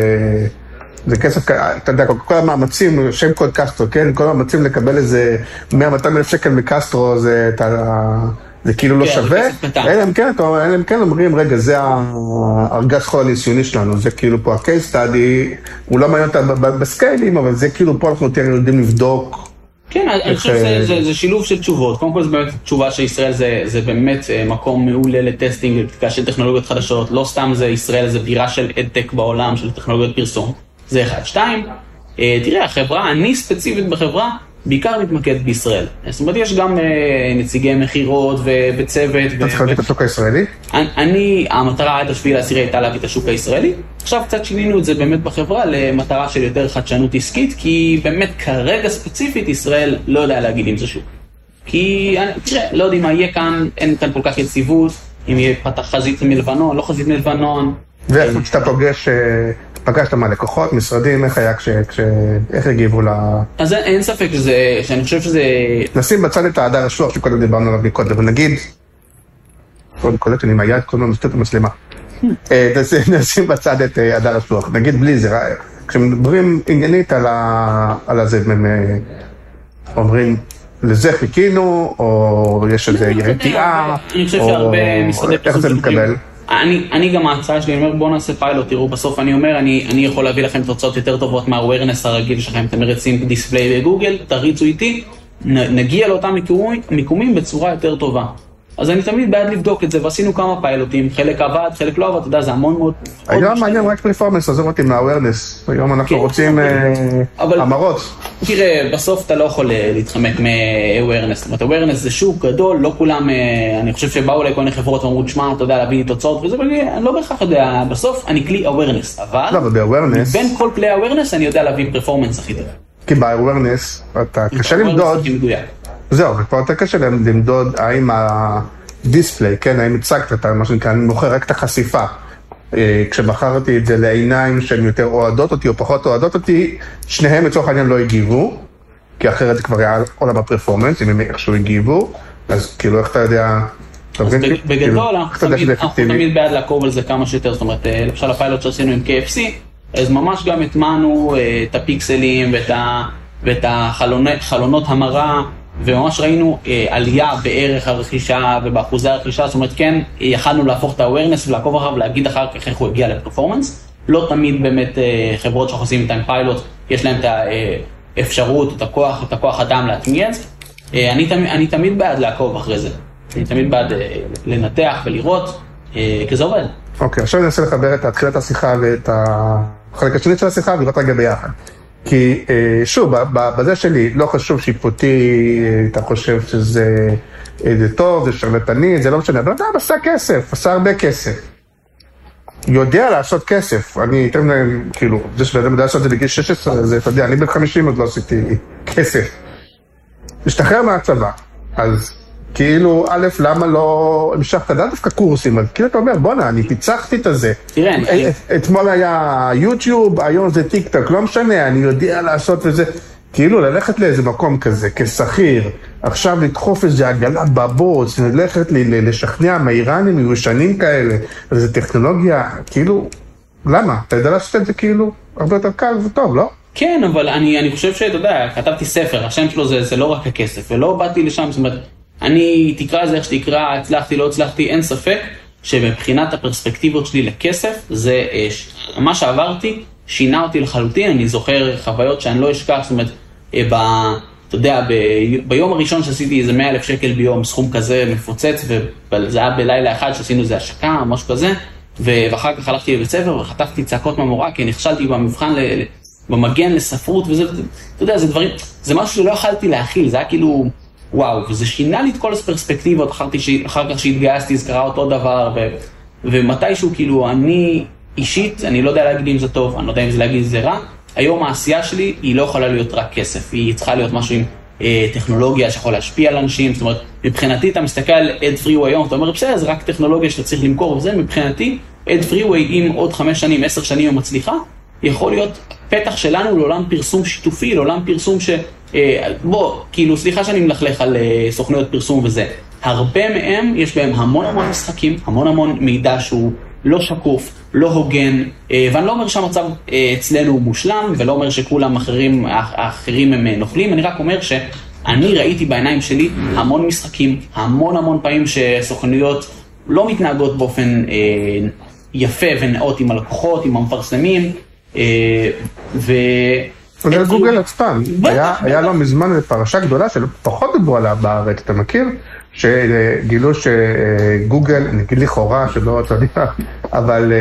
זה כסף, אתה יודע, כל המאמצים, שם קוד קסטרו, כן? כל המאמצים לקבל איזה מאה מאתיים אלף שקל מקסטרו, זה, אתה, זה כאילו לא שווה. אלא הם כן, אלא הם כן אומרים, רגע, זה הארגז חול הניסיוני שלנו, זה כאילו פה ה-case study, הוא לא מעניין אותה בסקיילים, אבל זה כאילו פה אנחנו יודעים לבדוק.
כן, אני חושב שזה שילוב של תשובות. קודם כל, זה באמת תשובה שישראל זה באמת מקום מעולה לטסטינג ולבדיקה של טכנולוגיות חדשות. לא סתם זה ישראל, זה בירה של אדטק בעולם, של טכנולוגיות פרסום. זה אחד. שתיים, תראה, החברה, אני ספציפית בחברה, בעיקר מתמקד בישראל. זאת אומרת, יש גם נציגי מחירות וצוות.
אתה צריך להביא את השוק הישראלי?
אני, המטרה עד השביעי לעשירי הייתה להביא את השוק הישראלי. עכשיו קצת שינינו את זה באמת בחברה למטרה של יותר חדשנות עסקית, כי באמת כרגע ספציפית ישראל לא יודע להגיד אם זה שוק. כי, תראה, לא יודעים מה יהיה כאן, אין כאן כל כך יציבות, אם יהיה פתח חזית מלבנון, לא חזית מלבנון.
ואיך כשאתה פוגש... פגשת מה לקוחות, משרדים, איך היה כש... איך הגיבו ל...
אז אין ספק שזה... שאני חושב שזה...
נשים בצד את ההדר השוח שקודם דיברנו עליו מקודם, ונגיד... קודם קולט, אני עם היד, קודם נוסטת את המצלמה. נשים בצד את ההדר השוח, נגיד בלי זה, כשמדברים עניינית על הזה, הם אומרים, לזה חיכינו, או יש איזה ירתיעה,
אני חושב שהרבה משרדי...
איך זה מתקבל?
אני, אני גם ההצעה שלי, אני אומר, בואו נעשה פיילוט, תראו, בסוף אני אומר, אני, אני יכול להביא לכם תוצאות יותר טובות מה-awareness הרגיל שלכם, אתם מרצים דיספליי בגוגל, תריצו איתי, נגיע לאותם מיקומים, מיקומים בצורה יותר טובה. אז אני תמיד בעד לבדוק את זה, ועשינו כמה פיילוטים, חלק עבד, חלק לא עבד, אתה יודע, זה המון מאוד...
היום מעניין רק פרפורמנס, עזוב אותי מה-awareness, היום אנחנו רוצים אמרות.
תראה, בסוף אתה לא יכול להתחמק מ-awareness, זאת אומרת, awareness זה שוק גדול, לא כולם, אני חושב שבאו אליי כל מיני חברות ואמרו, תשמע, אתה יודע, להביא לי תוצאות וזה, אני לא בהכרח יודע, בסוף אני כלי awareness, אבל בין כל כלי awareness אני יודע להביא פרפורמנס הכי טוב.
כי ב-awareness אתה קשה למדוד, זהו, ופה אתה קשה למדוד האם הדיספליי, כן, האם הצגת את מה שנקרא, אני מוכר רק את החשיפה. כשבחרתי את זה לעיניים שהן יותר אוהדות אותי או פחות אוהדות אותי, שניהם לצורך העניין לא הגיבו, כי אחרת זה כבר היה עולה בפרפורמנס, אם הם איכשהו הגיבו, אז כאילו איך אתה יודע...
אז בגדול, אנחנו תמיד בעד לעקוב על זה כמה שיותר, זאת אומרת, למשל הפיילוט שעשינו עם קיי אף סי, אז ממש גם הטמענו את הפיקסלים ואת החלונות המרה, וממש ראינו אה, עלייה בערך הרכישה ובאחוזי הרכישה, זאת אומרת כן, יכלנו להפוך את ה-awareness ולעקוב אחריו ולהגיד אחר כך איך הוא הגיע לפרפורמנס. לא תמיד באמת אה, חברות שאנחנו עושים איתן פיילוט, יש להם את האפשרות, את הכוח, את הכוח אדם להטמיע את זה. אה, אני, תמיד, אני תמיד בעד לעקוב אחרי זה. אני תמיד בעד אה, לנתח ולראות, אה, כי זה עובד.
אוקיי, עכשיו אני אנסה לחבר את התחילת השיחה ואת החלק השני של השיחה ולראות רגע ביחד. כי שוב, בזה שלי לא חשוב שיפוטי, אתה חושב שזה זה טוב, זה שרלטני, זה לא משנה, אבל אדם עשה כסף, עשה הרבה כסף. יודע לעשות כסף, אני אתן להם, כאילו, זה שאדם יודע לעשות את זה בגיל שש עשרה, זה, אתה יודע, אני בן חמישים עוד לא עשיתי כסף. משתחרר מהצבא, אז כאילו, א', למה לא המשכת דווקא קורסים? אז כאילו אתה אומר, בונה, אני פיצחתי את זה.
תראה, אני...
אתמול היה יוטיוב, היום זה טיק טוק, לא משנה, אני יודע לעשות וזה. כאילו, ללכת לאיזה מקום כזה, כשכיר, עכשיו לדחוף איזה עגלה בבוץ, ללכת לי, לשכנע מאיראנים מיושנים כאלה, איזו טכנולוגיה, כאילו, למה? אתה יודע לעשות את זה כאילו הרבה יותר קל וטוב, לא?
כן, אבל אני, אני חושב שאתה יודע, כתבתי ספר, השם שלו זה, זה לא רק הכסף, ולא באתי לשם, זאת אומרת, אני תקרא זה איך שתקרא, הצלחתי, לא הצלחתי, אין ספק שמבחינת הפרספקטיבות שלי לכסף, זה מה שעברתי, שינה אותי לחלוטין, אני זוכר חוויות שאני לא אשכח, זאת אומרת, ב, אתה יודע, ב, ביום הראשון שעשיתי איזה מאה אלף שקל ביום, סכום כזה מפוצץ, וזה היה בלילה אחד שעשינו איזה השקה או משהו כזה, ואחר כך הלכתי לבית ספר וחטפתי צעקות מהמורה, כי נכשלתי במבחן, ל, במגן לספרות וזה, אתה יודע, זה דברים, זה משהו שלא יכלתי להכיל, זה היה כאילו, וואו, וזה שינה לי את כל הפרספקטיבות, אחר כך שהתגייסתי, זה קרה אותו דבר, ו, ומתישהו כאילו אני אישית, אני לא יודע להגיד אם זה טוב, אני לא יודע אם זה להגיד זה רע, היום העשייה שלי היא לא יכולה להיות רק כסף, היא צריכה להיות משהו עם אה, טכנולוגיה שיכול להשפיע על אנשים, זאת אומרת, מבחינתי אתה מסתכל על Ad Freeway היום, אתה אומר, בסדר, זה רק טכנולוגיה שאתה צריך למכור, וזה מבחינתי, Ad Freeway עם עוד חמש שנים, עשר שנים היא מצליחה, יכול להיות פתח שלנו לעולם פרסום שיתופי, לעולם פרסום ש... אה, בוא, כאילו, סליחה שאני מלכלך על אה, סוכנויות פרסום וזה, הרבה מהם, יש בהם המון המון משחקים, המון המון מידע שהוא לא שקוף, לא הוגן, ואני לא אומר שהמצב אצלנו הוא מושלם, ולא אומר שכולם אחרים, האחרים הם נוכלים, אני רק אומר שאני ראיתי בעיניים שלי המון משחקים, המון המון פעמים שסוכנויות לא מתנהגות באופן יפה ונאות עם הלקוחות, עם המפרסמים, ו...
כולל גוגל עצמם, היה לא מזמן פרשה גדולה שפחות דיברו עליה בארץ, אתה מכיר? שגילו שגוגל, נגיד לכאורה, שלא אתה יודע, אבל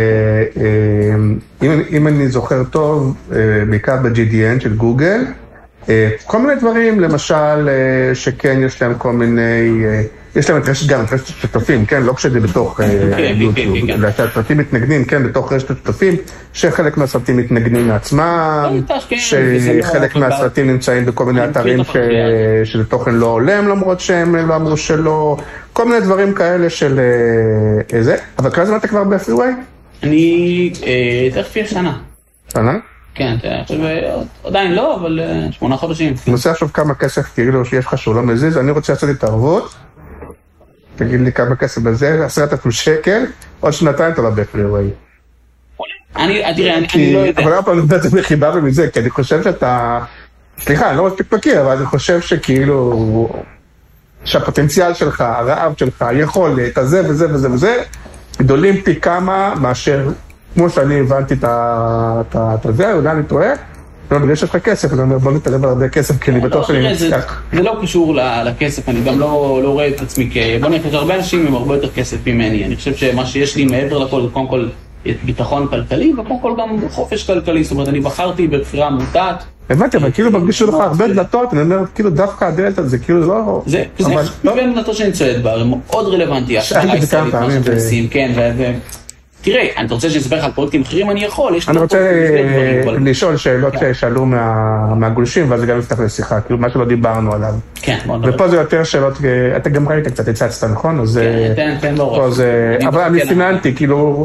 אם, אם אני זוכר טוב, בעיקר ב-ג'י די אן של גוגל, כל מיני דברים, למשל, שכן יש להם כל מיני, יש להם את רשת גם, את רשת שותפים, כן? לא כשזה בתוך יוטיוב, שהסרטים מתנגנים, כן? בתוך רשת שותפים, שחלק מהסרטים מתנגנים לעצמם, שחלק מהסרטים נמצאים בכל מיני אתרים שזה תוכן לא עולם, למרות שהם לא אמרו שלא, כל מיני דברים כאלה של זה. אבל כמה זמן אתה כבר בפריווי?
אני תכף יהיה שנה.
שנה?
כן, עדיין לא, אבל שמונה חודשים.
אני עושה עכשיו כמה כסף, תגידו שיש לך שהוא לא מזיז, אני רוצה לעשות התערבות, תגיד לי כמה כסף בזה, עשרת אלפים שקל, עוד שנתיים אתה לא בפריווי.
אני, תראה, אני לא יודע.
אבל הפעם נדעת בחיבה ומזה, כי אני חושב שאתה, סליחה, אני לא מספיק מכיר, אבל אני חושב שכאילו, שהפוטנציאל שלך, הרעב שלך, היכולת, הזה וזה וזה וזה, גדולים פי כמה מאשר, כמו שאני הבנתי את זה, אולי אני טועה, בגלל שיש לך כסף, אני אומר, בוא נתערב על הרבה כסף, כי אני בטוח שאני נצליח.
זה לא קשור לכסף, אני גם לא רואה את עצמי, בוא נראה, הרבה אנשים עם הרבה יותר כסף ממני, אני חושב שמה שיש לי מעבר לכל, קודם כל ביטחון כלכלי, וקודם כל גם חופש כלכלי, זאת אומרת, אני בחרתי בבחירה מודעת.
הבנתי, אבל כאילו מרגיש לך הרבה דלתות, אני אומר, כאילו דווקא הדלת הזה, כאילו לא...
זה בין דלתות שאני צועד בה, מאוד רלוונטי, השאלה הישראלית, מה שאתם עושים, כן, ו... תראה, אני רוצה שנספר לך על פרויקטים אחרים, אני יכול, יש...
אני רוצה לשאול שאלות ששאלו מהגולשים, ואז זה גם יפתח לשיחה, כאילו מה שלא דיברנו עליו.
כן, מאוד.
ופה זה יותר שאלות, אתה גם ראית קצת, הצצת, נכון?
כן, תן, תן לא רק.
אבל אני סיננתי, כאילו...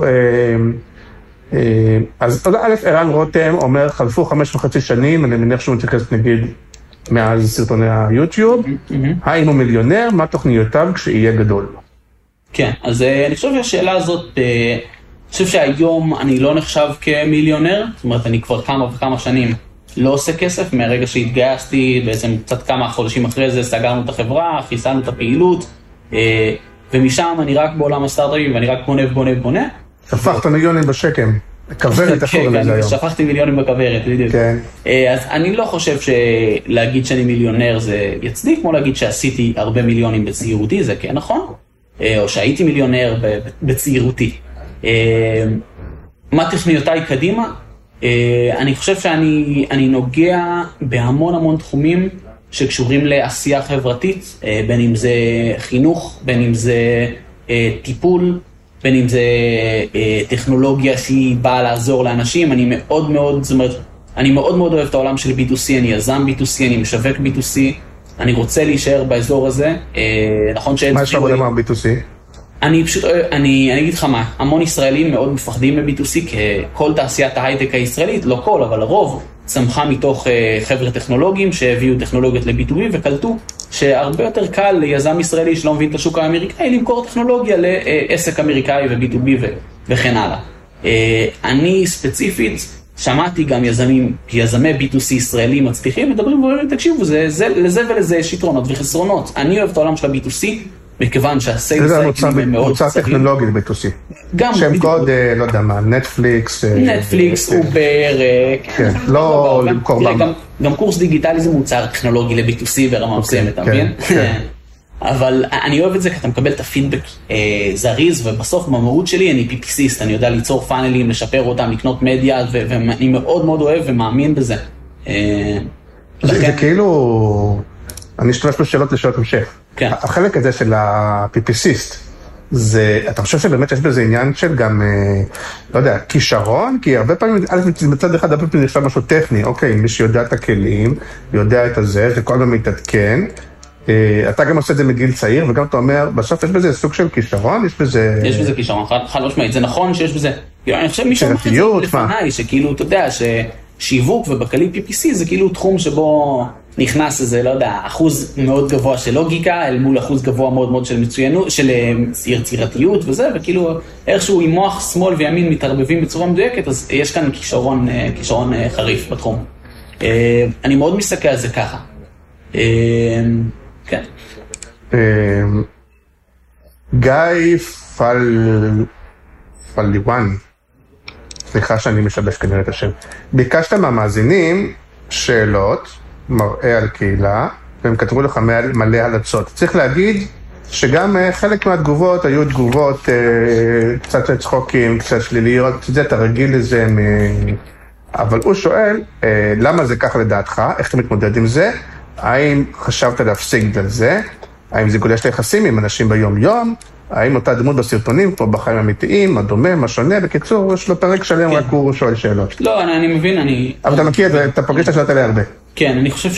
אז א', ערן רותם אומר, חלפו חמש וחצי שנים, אני מניח שהוא מתייחס נגיד מאז סרטוני היוטיוב, האם הוא מיליונר, מה תוכניותיו כשיהיה גדול?
כן, אז אני חושב שהשאלה הזאת, אני חושב שהיום אני לא נחשב כמיליונר, זאת אומרת, אני כבר כמה וכמה שנים לא עושה כסף, מהרגע שהתגייסתי, בעצם קצת כמה חודשים אחרי זה, סגרנו את החברה, חיסלנו את הפעילות, ומשם אני רק בעולם הסטארט-אפים, ואני רק בונה ובונה ובונה.
שפכת מיליונים בשקם, כברת אחורה לזה היום.
שפכתי מיליונים בכברת, בדיוק.
כן.
אז אני לא חושב שלהגיד שאני מיליונר זה יצדיק, כמו להגיד שעשיתי הרבה מיליונים בצעירותי, זה כן נכון. או שהייתי מיליונר בצעירותי. מה תכניותיי קדימה? אני חושב שאני אני נוגע בהמון המון תחומים שקשורים לעשייה חברתית, בין אם זה חינוך, בין אם זה טיפול, בין אם זה טכנולוגיה שהיא באה לעזור לאנשים. אני מאוד מאוד, זאת אומרת, אני מאוד מאוד אוהב את העולם של בי טו סי, אני יזם בי טו סי, אני משווק בי טו סי, אני רוצה להישאר באזור הזה, נכון שאין...
מה יש לך בדבר ב טו סי?
אני פשוט, אני, אני אגיד לך מה, המון ישראלים מאוד מפחדים ב-בי טו סי, כי כל תעשיית ההייטק הישראלית, לא כל, אבל הרוב, צמחה מתוך חבר'ה טכנולוגיים שהביאו טכנולוגיות ל-בי טו בי וקלטו שהרבה יותר קל ליזם ישראלי שלא מבין את השוק האמריקאי למכור טכנולוגיה לעסק אמריקאי ו-בי טו בי וכן הלאה. אני ספציפית שמעתי גם יזמים, יזמי בי טו סי ישראלים מצליחים, מדברים ואומרים, תקשיבו, זה, זה, לזה ולזה יש יתרונות וחסרונות. אני אוהב את העולם של ה-בי טו סי, מכיוון שהסיילס סייקלים הם מאוד
קצרים. מוצר טכנולוגי ב טו סי.
גם.
שם קוד, לא יודע מה, נטפליקס.
נטפליקס, אובר.
כן, לא למכור במה.
גם קורס דיגיטלי זה מוצר טכנולוגי ל-בי טו סי ברמה מסוימת, אתה מבין? אבל אני אוהב את זה כי אתה מקבל את הפידבק זריז, ובסוף במהות שלי אני פיפיסיסט, אני יודע ליצור פאנלים, לשפר אותם, לקנות מדיה, ואני מאוד מאוד אוהב ומאמין בזה.
זה כאילו, אני אשתמש בשאלות לשאלות המשך. החלק הזה של הפיפיסיסט, זה, אתה חושב שבאמת יש בזה עניין של גם, לא יודע, כישרון? כי הרבה פעמים, מצד אחד, הרבה פעמים נשאר משהו טכני, אוקיי, מי שיודע את הכלים, יודע את הזה, זה כל הזמן מתעדכן, אתה גם עושה את זה מגיל צעיר, וגם אתה אומר, בסוף יש בזה סוג של כישרון, יש בזה...
יש בזה כישרון, חד משמעית, זה נכון שיש בזה... אני חושב מישהו אמר את זה לפניי, שכאילו, אתה יודע, ששיווק ובקלי פי פי סי זה כאילו תחום שבו נכנס איזה, לא יודע, אחוז מאוד גבוה של לוגיקה, אל מול אחוז גבוה מאוד מאוד של מצוינות, של יצירתיות וזה, וכאילו איכשהו עם מוח שמאל וימין מתערבבים בצורה מדויקת, אז יש כאן כישרון, כישרון חריף בתחום. אני מאוד מסתכל על זה ככה. כן.
גיא פליוואן, סליחה שאני משבש כנראה את השם, ביקשת מהמאזינים שאלות, מראה על קהילה, והם כתבו לך מלא הלצות. צריך להגיד שגם חלק מהתגובות היו תגובות קצת צחוקים, קצת שליליות, זה אתה רגיל לזה, אבל הוא שואל, למה זה ככה לדעתך, איך אתה מתמודד עם זה? האם חשבת להפסיק בגלל זה? האם זה גולש ליחסים עם אנשים ביום יום? האם אותה דמות בסרטונים, כמו בחיים אמיתיים, מה דומה, מה שונה? בקיצור, יש לו פרק שלם, רק הוא שואל שאלות.
לא, אני מבין, אני...
אבל אתה מכיר, אתה פוגש את השאלות האלה הרבה.
כן, אני חושב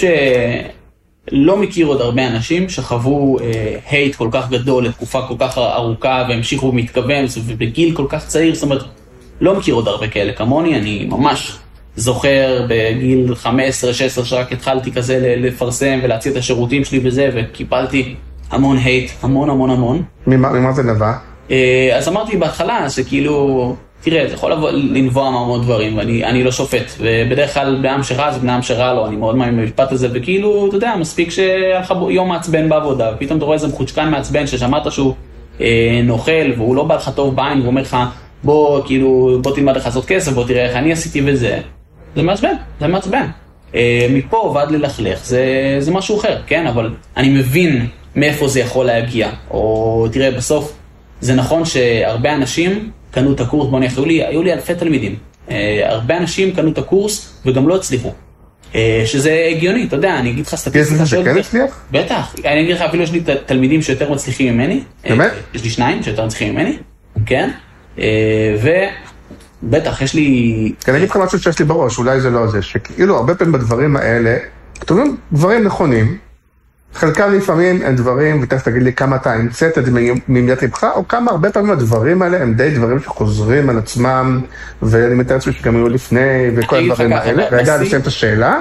שלא מכיר עוד הרבה אנשים שחוו הייט כל כך גדול לתקופה כל כך ארוכה, והמשיכו מתכוון, ובגיל כל כך צעיר, זאת אומרת, לא מכיר עוד הרבה כאלה כמוני, אני ממש... זוכר בגיל חמש עשרה שש עשרה שרק התחלתי כזה לפרסם ולהציע את השירותים שלי בזה, וקיבלתי המון הייט, המון המון המון.
ממה, ממה זה נבע?
אז אמרתי בהתחלה שכאילו, תראה, זה יכול לנבוע מהמון דברים, ואני אני לא שופט, ובדרך כלל בעם שרע זה בנעם שרע לו, אני מאוד מאמין במשפט הזה, וכאילו, אתה יודע, מספיק שהלך יום מעצבן בעבודה, ופתאום אתה רואה איזה מחוצ'קן מעצבן ששמעת שהוא אה, נוכל, והוא לא בא לך טוב בעין, והוא אומר לך, בוא, כאילו, בוא תלמד לך לעשות כסף, בוא תראה איך אני עשיתי וזה. זה מעצבן, זה מעצבן. אה, מפה ועד ללכלך, זה, זה משהו אחר, כן? אבל אני מבין מאיפה זה יכול להגיע. או תראה, בסוף, זה נכון שהרבה אנשים קנו את הקורס, בוא נחזור לי, היו לי אלפי תלמידים. אה, הרבה אנשים קנו את הקורס וגם לא הצליחו. אה, שזה הגיוני, אתה יודע, אני אגיד לך סטטיסטיקה
של... כן הצליח?
בטח. אני אגיד לך, אפילו יש לי תלמידים שיותר מצליחים ממני.
באמת?
אה, יש לי שניים שיותר מצליחים ממני, כן? אה, ו... בטח, יש לי...
כן, אני אגיד לך משהו שיש לי בראש, אולי זה לא זה, שכאילו הרבה פעמים בדברים האלה, כתובים דברים נכונים, חלקם לפעמים הם דברים, ותכף תגיד לי כמה אתה המצאת את זה ממיית לבך, או כמה הרבה פעמים הדברים האלה הם די דברים שחוזרים על עצמם, ואני מתאר לעצמי שגם היו לפני, וכל הדברים האלה. רגע, לסיים את השאלה.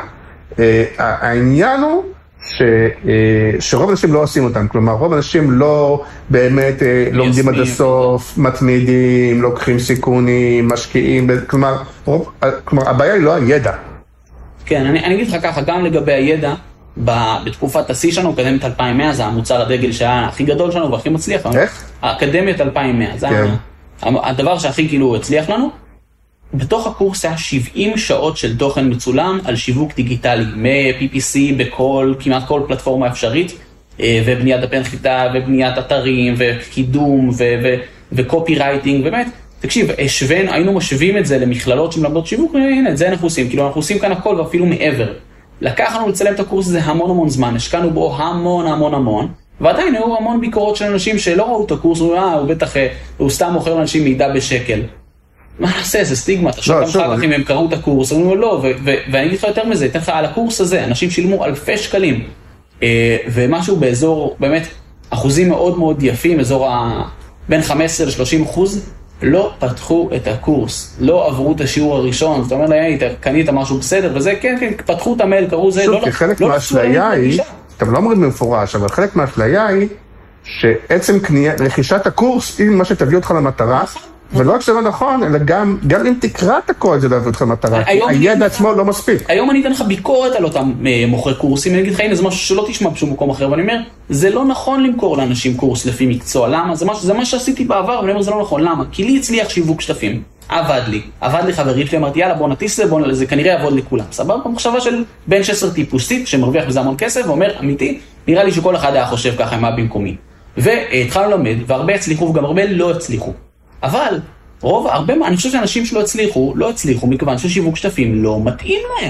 העניין הוא ש, שרוב אנשים לא עושים אותם, כלומר, רוב אנשים לא באמת לומדים עד הסוף, מתמידים, לוקחים סיכונים, משקיעים, כלומר, רוב, כלומר, הבעיה היא לא הידע.
כן, אני, אני אגיד לך ככה, גם לגבי הידע, בתקופת השיא שלנו, אקדמית אלפיים ומאה, זה המוצר הדגל שהיה הכי גדול שלנו והכי מצליח.
איך?
האקדמית אלפיים ומאה, זה כן. הדבר שהכי כאילו הצליח לנו. בתוך הקורס היה שבעים שעות של תוכן מצולם על שיווק דיגיטלי, מ-פי פי סי בכל, כמעט כל פלטפורמה אפשרית, ובניית דפי נחיתה, ובניית אתרים, וקידום, וקופי רייטינג, באמת, תקשיב, השווינו, היינו משווים את זה למכללות שמלמדות שיווק, הנה, את זה אנחנו עושים, כאילו אנחנו עושים כאן הכל ואפילו מעבר. לקחנו לצלם את הקורס הזה המון המון זמן, השקענו בו המון המון המון, ועדיין היו המון ביקורות של אנשים שלא ראו את הקורס, הוא, אה, הוא בטח, הוא סתם מוכר לאנשים מידע בשקל. מה נעשה? זה סטיגמה, אתה שואל אחר כך אם הם קראו את הקורס, אני אומר לא, ואני אגיד לך יותר מזה, אתן לך על הקורס הזה, אנשים שילמו אלפי שקלים, ומשהו באזור, באמת, אחוזים מאוד מאוד יפים, אזור ה... בין חמש עשרה ל-שלושים אחוז, לא פתחו את הקורס, לא עברו את השיעור הראשון, זאת אומרת, היי, קנית משהו בסדר, וזה, כן, כן, פתחו את המייל, קראו זה,
שוב,
לא...
כי חלק מהאשליה היא, אתם לא אומרים במפורש, אבל חלק מהאשליה היא, שעצם רכישת הקורס היא מה שתביא אותך למטרה, ולא רק שזה נכון, אלא גם, גם אם תקרא את הכל, זה לא יביא אותך למטרה, כי הידע עצמו לא מספיק.
היום אני אתן לך ביקורת על אותם מוכרי קורסים, אני אגיד לך, הנה, זה משהו שלא תשמע בשום מקום אחר, ואני אומר, זה לא נכון למכור לאנשים קורס לפי מקצוע, למה? זה, משהו, זה מה שעשיתי בעבר, ואני אומר, זה לא נכון, למה? כי לי הצליח שיווק שטפים, עבד לי, עבד לי חברית שלי, אמרתי, יאללה, בוא נטיס זה, בוא, זה כנראה יעבוד לכולם, סבבה? במחשבה של בן שש עשרה טיפוסית, שמרוויח בזה המון כסף, ואומר, אמיתי, נראה לי שכל אחד היה חושב ככה, מה במקומי. והתחלנו ללמד, והרבה הצליחו, וגם הרבה לא הצליחו. אבל רוב, הרבה, אני חושב שאנשים שלא הצליחו, לא הצליחו, מכיוון ששיווק שטפים לא מתאים להם.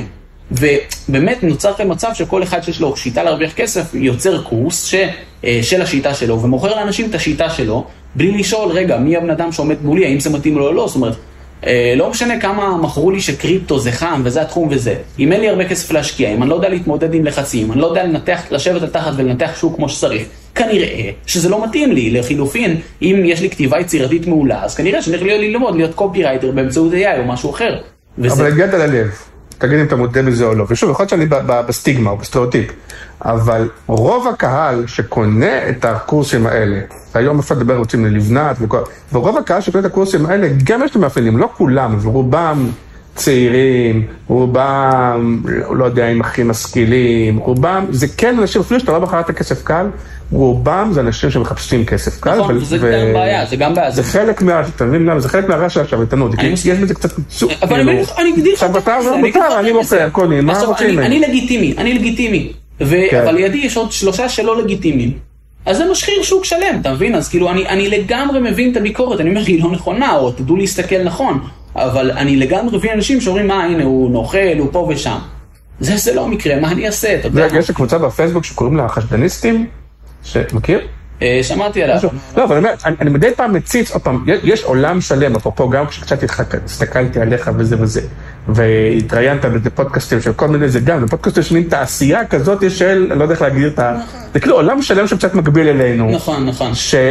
ובאמת נוצר כאן מצב שכל אחד שיש לו שיטה להרוויח כסף, יוצר קורס ש, של השיטה שלו, ומוכר לאנשים את השיטה שלו, בלי לשאול, רגע, מי הבן אדם שעומד מולי, האם זה מתאים לו או לא, זאת אומרת, לא משנה כמה מכרו לי שקריפטו זה חם, וזה התחום וזה. אם אין לי הרבה כסף להשקיע, אם אני לא יודע להתמודד עם לחצים, אני לא יודע לנתח, לשבת על תחת ולנתח שוק כמו שצריך, כנראה שזה לא מתאים לי. לחילופין, אם יש לי כתיבה יצירתית מעולה, אז כנראה שאני יכול ללמוד, להיות קופירייטר באמצעות איי איי או משהו אחר. וזה... אבל
הגעת ללב, תגיד אם אתה מודע בזה או לא. ושוב, יכול להיות שאני בסטיגמה או בסטריאוטיפ, אבל רוב הקהל שקונה את הקורסים האלה, היום אפשר לדבר רוצים ללבנת, וכל... ורוב הקהל שקונה את הקורסים האלה, גם יש להם מאפיינים, לא כולם, אבל רובם צעירים, רובם, לא יודע, אם הכי משכילים, רובם, זה כן אנשים, אפילו שאתה לא בחר את הכסף קל, רובם זה אנשים שמחפשים כסף קל.
נכון, וזה גם בעיה, זה גם בעיה.
זה חלק מה, אתה מבין למה, זה חלק מהרע של השבתנות, יש בזה קצת סוג,
אבל אני אגדיר לך,
אני מוכר, קוני, מה רוצים?
אני לגיטימי, אני לגיטימי, אבל לידי יש עוד שלושה שלא לגיטימיים. אז זה משחיר שוק שלם, אתה מבין? אז כאילו, אני, אני לגמרי מבין את הביקורת, אני אומר, היא לא נכונה, או תדעו להסתכל נכון, אבל אני לגמרי מבין אנשים שאומרים, מה, הנה, הוא נוכל, הוא פה ושם. זה, זה לא המקרה, מה אני אעשה, אתה יודע?
יש קבוצה בפייסבוק שקוראים לה חשדניסטים, שמכיר?
שמעתי עליו.
לא, אבל אני מדי פעם מציץ, עוד פעם, יש עולם שלם, אפרופו, גם כשקצת הסתכלתי עליך וזה וזה, והתראיינת בזה פודקאסטים של כל מיני זה גם, זה פודקאסטים שונים תעשייה כזאת יש של, אני לא יודע איך להגדיר את ה... זה כאילו עולם שלם שקצת מקביל אלינו.
נכון, נכון.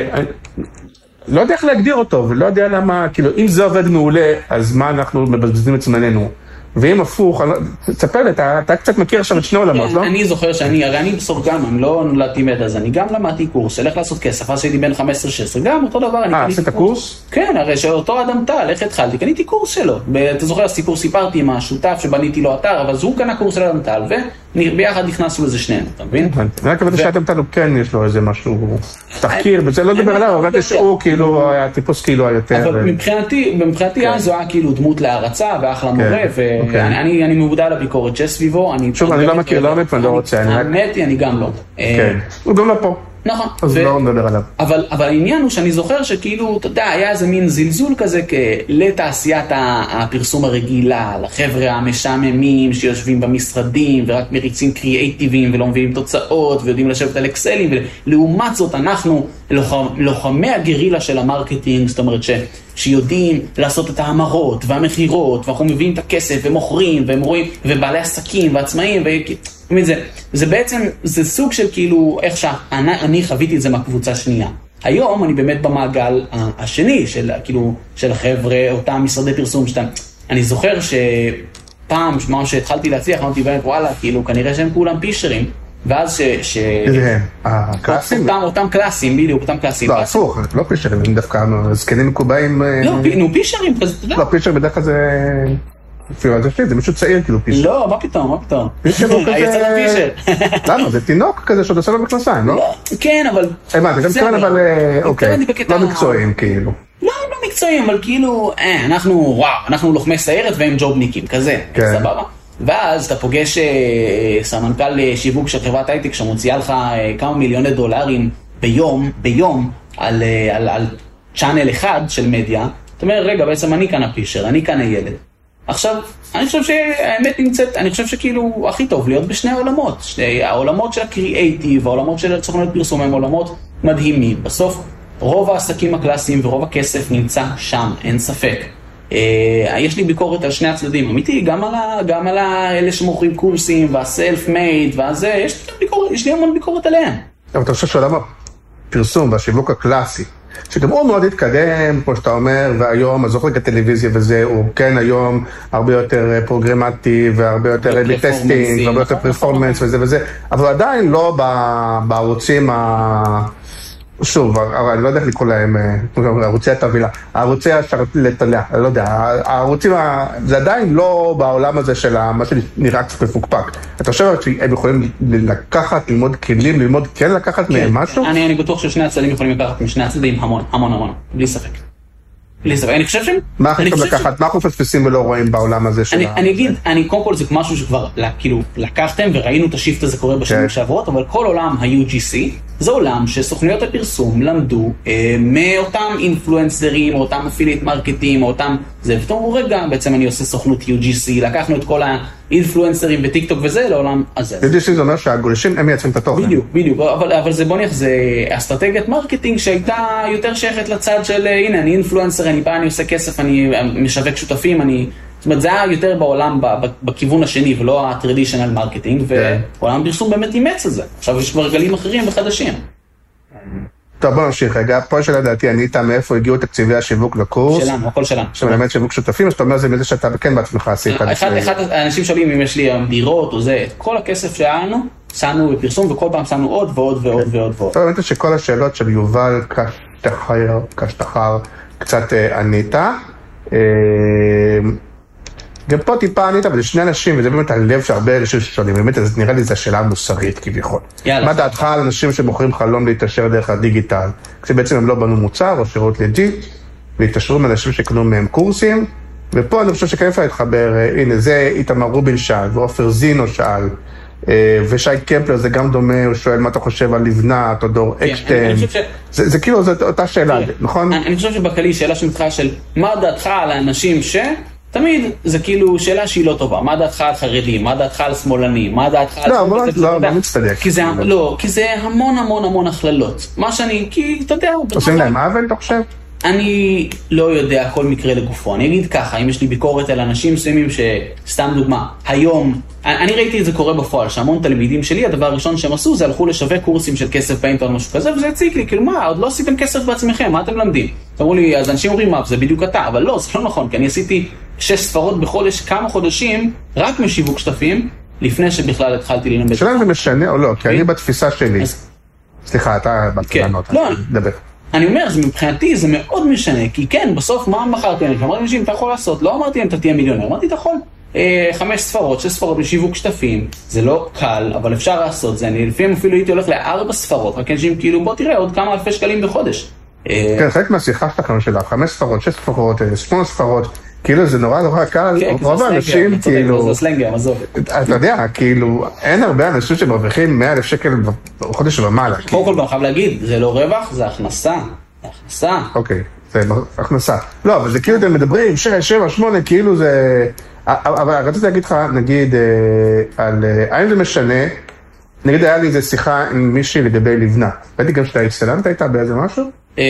לא יודע איך להגדיר אותו, ולא יודע למה, כאילו, אם זה עובד מעולה, אז מה אנחנו מבזבזים את זמננו? ואם הפוך, תספר לי, אתה קצת מכיר עכשיו את שני עולמות, לא?
אני זוכר שאני, הרי אני בסוף גם, אני לא נולדתי מידע, אז אני גם למדתי קורס, הלך לעשות כסף, אז שהייתי בין חמש עשרה שש עשרה, גם אותו דבר, אני
קניתי קורס. אה, עשית קורס?
כן, הרי שאותו אדם טל, איך התחלתי, קניתי קורס שלו. אתה זוכר, הסיפור סיפרתי עם השותף שבניתי לו אתר, אבל הוא קנה קורס של אדם טל, וביחד נכנסנו לזה שנינו, אתה מבין?
אני רק הבנתי שאדם טל הוא כן, יש לו איזה משהו, תחקיר, וזה לא דבר עליו, אבל הוא כאילו, הטיפוס כאילו היותר...
אבל מבחינתי אז הוא היה כאילו דמות להרצה ואחלה מורה, ואני מודע לביקורת שסביבו,
שוב, אני לא מכיר, לא באמת, ואני לא רוצה,
האמת היא, אני גם לא.
כן, הוא גם לא פה.
נכון.
אז לא נדבר עליו.
אבל, אבל העניין הוא שאני זוכר שכאילו, אתה יודע, היה איזה מין זלזול כזה לתעשיית הפרסום הרגילה, לחבר'ה המשעממים שיושבים במשרדים ורק מריצים קריאייטיביים ולא מביאים תוצאות ויודעים לשבת על אקסלים, ולעומת זאת אנחנו לוחמי הגרילה של המרקטינג, זאת אומרת ש... שיודעים לעשות את האמרות והמחירות, ואנחנו מביאים את הכסף ומוכרים והם רואים, ובעלי עסקים ועצמאים, ו... זה, זה בעצם, זה סוג של כאילו, איך שאני אני חוויתי את זה מהקבוצה השנייה. היום אני באמת במעגל השני של, כאילו, של החבר'ה, אותם משרדי פרסום שאתה, אני זוכר שפעם, מה שהתחלתי להצליח, אמרתי באמת, וואלה, כאילו, כנראה שהם כולם פישרים, ואז ש... ש...
איזה הם? הקלאסים?
אותם, אותם קלאסים, בדיוק, אותם קלאסים.
לא, הפוך, לא פישרים, הם דווקא זקנים מקובעים...
לא, נו, פישרים, אתה יודע.
לא, פישר בדרך כלל זה... אפילו זה שלי, זה מישהו צעיר כאילו פישר.
לא, מה פתאום, מה פתאום?
פישר הוא כזה...
יצא לפישר.
למה? זה תינוק כזה שעוד עושה לו בכנסיים, לא?
כן, אבל...
הבנתי, זה מתכוון אבל... אוקיי, לא מקצועיים כאילו.
לא, לא מקצועיים, אבל כאילו, אנחנו, וואו, אנחנו לוחמי סיירת והם ג'ובניקים, כזה, סבבה. ואז אתה פוגש סמנכ"ל שיווק של חברת הייטק שמוציאה לך כמה מיליוני דולרים ביום, ביום, על, על, על צ'אנל אחד של מדיה. אתה אומר, רגע, בעצם אני כאן הפישר, אני כאן הילד. עכשיו, אני חושב שהאמת נמצאת, אני חושב שכאילו הכי טוב להיות בשני העולמות. שני, העולמות של הקריאייטיב, העולמות של סוכנות פרסום הם עולמות מדהימים. בסוף, רוב העסקים הקלאסיים ורוב הכסף נמצא שם, אין ספק. יש לי ביקורת על שני הצדדים, אמיתי, גם על, ה, גם על האלה שמוכרים קורסים, והסלף מייד, והזה, יש לי, ביקורת, יש לי המון ביקורת עליהם.
אבל אתה חושב שעולם הפרסום והשיווק הקלאסי, שגם הוא מאוד התקדם, כמו שאתה אומר, והיום, אז זוכר הטלוויזיה וזה, הוא כן היום הרבה יותר פרוגרמטי, והרבה יותר טסטינג, והרבה יותר פרפורמנס וזה וזה, אבל עדיין לא בערוצים ה... שוב, אני לא יודע איך לקרוא להם, ערוצי התבילה, ערוצי השרלטניה, אני לא יודע, הערוצים, זה עדיין לא בעולם הזה של מה שנראה קצת מפוקפק. אתה חושב שהם יכולים לקחת, ללמוד כלים, ללמוד כן לקחת מהם משהו?
אני בטוח ששני הצדדים יכולים לקחת משני הצדדים המון, המון, המון, בלי ספק. בלי ספק, אני חושב שהם...
מה אנחנו יכולים לקחת? מה אנחנו מפספסים ולא רואים בעולם הזה של ה...
אני אגיד, אני קודם כל זה משהו שכבר, כאילו, לקחתם וראינו את השיפט הזה קורה בשנים שעברות, אבל כל עולם ה-יו ג'י סי, זה עולם שסוכנויות הפרסום למדו אה, מאותם אינפלואנסרים, או אותם אפילייט מרקטים, או אותם... זה, ותום הוא רגע, בעצם אני עושה סוכנות יו ג'י סי, לקחנו את כל האינפלואנסרים בטיק טוק וזה, לעולם הזה.
יו ג'י סי זה אומר שהגולשים הם מייצרים את התוכן.
בדיוק, בדיוק, אבל, אבל זה בוא נלך, זה אסטרטגיית מרקטינג שהייתה יותר שייכת לצד של, הנה, אני אינפלואנסר, אני בא, אני עושה כסף, אני משווק שותפים, אני... זאת אומרת, זה היה יותר בעולם, בכיוון השני, ולא הטרדישנל מרקטינג, ועולם פרסום באמת אימץ את זה. עכשיו יש כבר גלים אחרים וחדשים.
טוב, בוא נמשיך רגע. פה שאלה דעתי, אני איתה מאיפה הגיעו תקציבי השיווק לקורס.
שלנו, הכל שלנו.
שמלמד שיווק שותפים, אז אתה אומר זה מזה שאתה כן בעצמך עשית.
אחד האנשים שואלים אם יש לי דירות או זה, את כל הכסף שהיה לנו, שמנו בפרסום, וכל פעם שמנו עוד ועוד ועוד ועוד ועוד.
טוב, באמת שכל השאלות של יובל קשתחר, קשתחר, קצת ענית. גם פה טיפה ענית, אבל זה שני אנשים, וזה באמת הלב שהרבה אנשים ששואלים, באמת, אז נראה לי זו השאלה המוסרית כביכול. מה דעתך על אנשים שמוכרים חלום להתעשר דרך הדיגיטל, כשבעצם הם לא בנו מוצר או שירות לג'יט, והתעשרו מאנשים שקנו מהם קורסים, ופה אני חושב שכן אפשר להתחבר, הנה, זה איתמר רובין שאל, ועופר זינו שאל, ושי קמפלר זה גם דומה, הוא שואל מה אתה חושב על לבנת, או דור אקשטיין, זה כאילו, זאת אותה שאלה, נכון?
אני חושב שבכלי שאלה שמתחילה של מה דעתך על האנשים ש... תמיד זה כאילו שאלה שהיא לא טובה, מה דעתך על חרדים, מה דעתך על שמאלנים, מה דעתך על...
לא, לא, לא מצטדק.
לא, כי זה המון המון המון הכללות. מה שאני, כי אתה יודע...
עושים להם עוול, אתה חושב?
אני לא יודע כל מקרה לגופו. אני אגיד ככה, אם יש לי ביקורת על אנשים מסוימים שסתם דוגמה, היום, אני ראיתי את זה קורה בפועל, שהמון תלמידים שלי, הדבר הראשון שהם עשו זה הלכו לשווק קורסים של כסף באינטרנט משהו כזה, וזה הציק לי, כאילו מה, עוד לא עשיתם כסף בעצמכם, מה אתם למדים? אמרו לי, אז אנשים אומרים, מה, זה בדיוק אתה, אבל לא, זה לא נכון, כי אני עשיתי שש ספרות בחודש, כמה חודשים, רק משיווק שותפים, לפני שבכלל התחלתי ללמד.
שאלה אם זה משנה או לא, כי אני בתפיסה שלי, סליחה, אתה בתלנות, דבר.
אני אומר, מבחינתי זה מאוד משנה, כי כן, בסוף מה מחרתי? אני אמרתי אנשים, אתה יכול לעשות, לא אמרתי אם אתה תהיה מיליונר, אמרתי, אתה יכול. חמש ספרות, שש ספרות בשיווק שותפים, זה לא קל, אבל אפשר לעשות זה. אני לפעמים אפילו הייתי הולך לארבע ספרות, רק אנשים כאילו, בוא תראה, עוד כמה אלפי שקלים בחודש.
כן, חלק מהשיחה שלכם שלה, חמש ספרות, שש ספרות, שמונה ספרות, כאילו זה נורא נורא קל, רוב האנשים כאילו...
זה סלנגר, עזוב.
אתה יודע, כאילו, אין הרבה אנשים שמרוויחים מאה אלף שקל בחודש ומעלה.
קודם כל גם חייב להגיד, זה לא רווח, זה הכנסה. הכנסה.
אוקיי, זה הכנסה. לא, אבל זה כאילו אתם מדברים, שש, שבע, שמונה, כאילו זה... אבל רציתי להגיד לך, נגיד, על... האם זה משנה, נגיד היה לי איזו שיחה עם מישהי לגבי לבנה. ראיתי גם שאתה הצטלמת איתה באיזה משהו?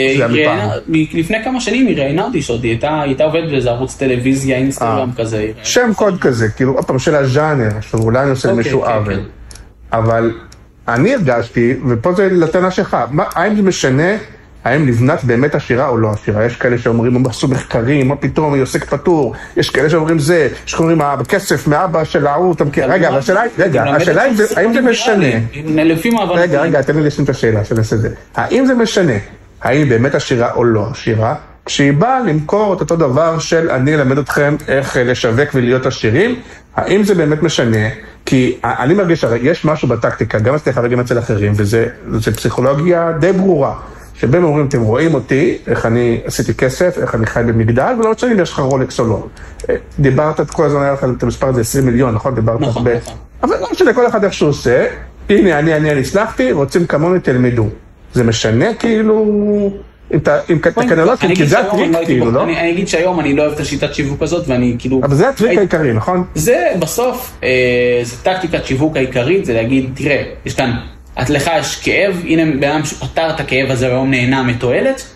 לפני כמה שנים היא ראיינה אותי שעוד היא הייתה עובדת באיזה ערוץ טלוויזיה, אינסטגרם כזה.
שם קוד כזה, כאילו, עוד פעם של הז'אנר, שאולי אני עושה למישהו עוול. אבל אני הרגשתי, ופה זה לטענה שלך, האם זה משנה, האם לבנת באמת עשירה או לא עשירה? יש כאלה שאומרים, הם עשו מחקרים, מה פתאום, היא עוסק פטור, יש כאלה שאומרים זה, יש כאלה שאומרים, בכסף מאבא של ההוא, רגע, השאלה היא, האם זה משנה? רגע, רגע, תן לי לשם את השאלה, שנעשה זה. האם זה משנה? האם באמת עשירה או לא עשירה, כשהיא באה למכור את אותו דבר של אני אלמד אתכם איך לשווק ולהיות עשירים, האם זה באמת משנה? כי אני מרגיש הרי יש משהו בטקטיקה, גם אצלך וגם אצל אחרים, וזה פסיכולוגיה די ברורה, שבין אומרים, אתם רואים אותי, איך אני עשיתי כסף, איך אני חי במגדל, ולא רוצה אם יש לך רולקס או לא. דיברת את כל הזמן, היה לך את המספר הזה עשרים מיליון, נכון? דיברת הרבה. אבל לא משנה כל אחד איך שהוא עושה, הנה, אני, אני, אני הצלחתי, רוצים כמוני תלמדו. זה משנה כאילו, אם תקנלות, כי זה הטריק כאילו, לא?
אני אגיד שהיום אני לא אוהב את השיטת שיווק הזאת, ואני כאילו...
אבל זה הטריק העיקרי, נכון?
זה בסוף, זה טקטיקת שיווק העיקרית, זה להגיד, תראה, יש כאן, את לך יש כאב, הנה בעם שפתר את הכאב הזה והיום נהנה מתועלת,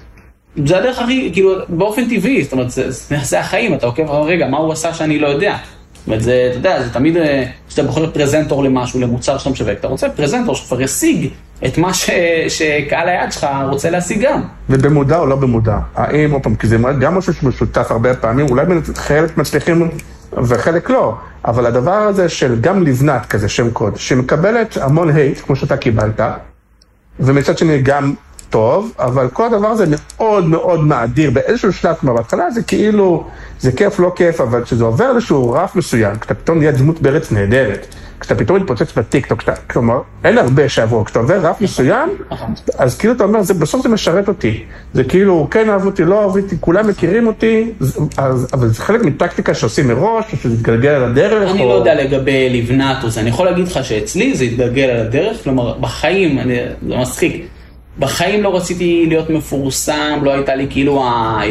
זה הדרך הכי, כאילו, באופן טבעי, זאת אומרת, זה, זה החיים, אתה עוקב, רגע, מה הוא עשה שאני לא יודע? זאת אומרת, זה, אתה יודע, זה תמיד, כשאתה בוחר פרזנטור למשהו, למוצר שאתה משווק, אתה רוצה פרזנטור שכבר ישיג את מה ש, שקהל היד שלך רוצה להשיג גם.
ובמודע או לא במודע? האם, או פעם, כי זה גם משהו שמשותף הרבה פעמים, אולי חלק מצליחים וחלק לא, אבל הדבר הזה של גם לבנת כזה, שם קוד, שמקבלת המון הייט, כמו שאתה קיבלת, ומצד שני גם טוב, אבל כל הדבר הזה מאוד מאוד מאדיר, באיזשהו שלב כמו בהתחלה, זה כאילו, זה כיף לא כיף, אבל כשזה עובר לאיזשהו רף מסוים, כשאתה פתאום נהיה דמות בארץ נהדרת, כשאתה פתאום מתפוצץ בטיקטוק, כלומר, אין הרבה שעברו, כשאתה עובר רף מסוים, אז כאילו אתה אומר, בסוף זה משרת אותי, זה כאילו, כן אהב אותי, לא אהב אותי, כולם מכירים אותי, אבל זה חלק מטקטיקה שעושים מראש, או שזה יתגלגל על הדרך.
אני לא יודע לגבי לבנת או זה, אני יכול להגיד לך שאצלי זה יתגלגל על הדרך, כלומר, בחיים, זה מצחיק, בחיים לא רציתי להיות מפורסם, לא הייתה לי כאילו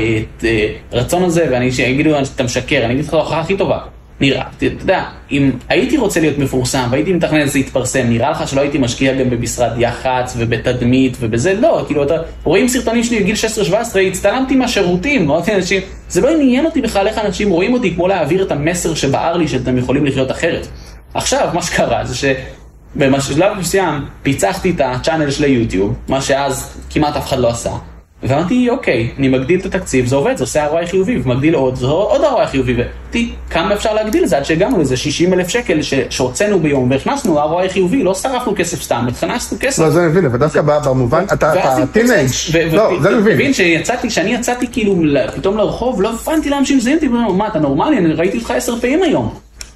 הרצון הזה, ואני אגידו, אתה משקר, אני אגיד לך לך הכי טובה. נראה, אתה יודע, אם הייתי רוצה להיות מפורסם והייתי מתכנן לזה להתפרסם, נראה לך שלא הייתי משקיע גם במשרד יח"צ ובתדמית ובזה, לא, כאילו, אתה רואים סרטונים שלי בגיל שש עשרה שבע עשרה, הצטלמתי מהשירותים, אמרתי לאנשים, זה לא עניין אותי בכלל איך אנשים רואים אותי כמו להעביר את המסר שבער לי שאתם יכולים לחיות אחרת. עכשיו, מה שקרה זה ש... בשלב מסוים פיצחתי את הצ'אנל של היוטיוב, מה שאז כמעט אף אחד לא עשה. ואמרתי, אוקיי, אני מגדיל את התקציב, זה עובד, זה עושה אר או איי חיובי, ומגדיל עוד, זה עוד אר או איי חיובי. ואמרתי, כמה אפשר להגדיל את זה? עד שהגענו לזה שישים אלף שקל שהוצאנו ביום, והכנסנו אר או איי חיובי, לא שרפנו כסף סתם, הכנסנו כסף.
לא, זה מבין, ודווקא במובן, אתה טינאג'. לא, זה מבין.
מבין שאני יצאתי כאילו פתאום לרחוב, לא הבנתי לאנשים זיינתי, מה, אתה נורמלי? אני ראיתי אותך עשר פעמים היום.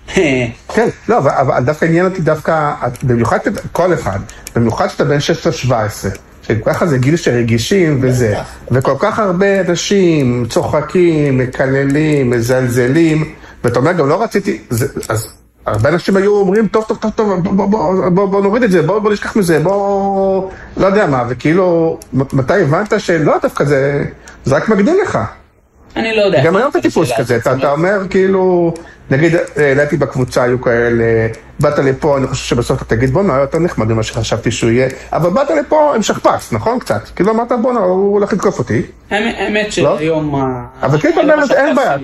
כן, לא, אבל דווקא עניין אותי דווקא, במיוחד כל אחד, במיוחד שאתה בין שש עשרה שבע עשרה, שככה זה גיל שרגישים וזה, וכל כך הרבה אנשים צוחקים, מקללים, מזלזלים, ואתה אומר, גם לא רציתי, אז הרבה אנשים היו אומרים, טוב, טוב, טוב, טוב, בוא נוריד את זה, בוא נשכח מזה, בוא, לא יודע מה, וכאילו, מתי הבנת שלא דווקא זה, זה רק מגדיל לך.
אני לא יודע.
גם היום אתה טיפוס כזה, אתה אומר כאילו, נגיד, העליתי בקבוצה, היו כאלה, באת לפה, אני חושב שבסוף אתה תגיד, בוא'נה, היה יותר נחמד ממה שחשבתי שהוא יהיה, אבל באת לפה עם שכפ"ץ, נכון קצת? כאילו אמרת, בוא'נה, הוא הולך לתקוף אותי.
האמת שהיום...
אבל כאילו אתה אומרת, אין בעיה.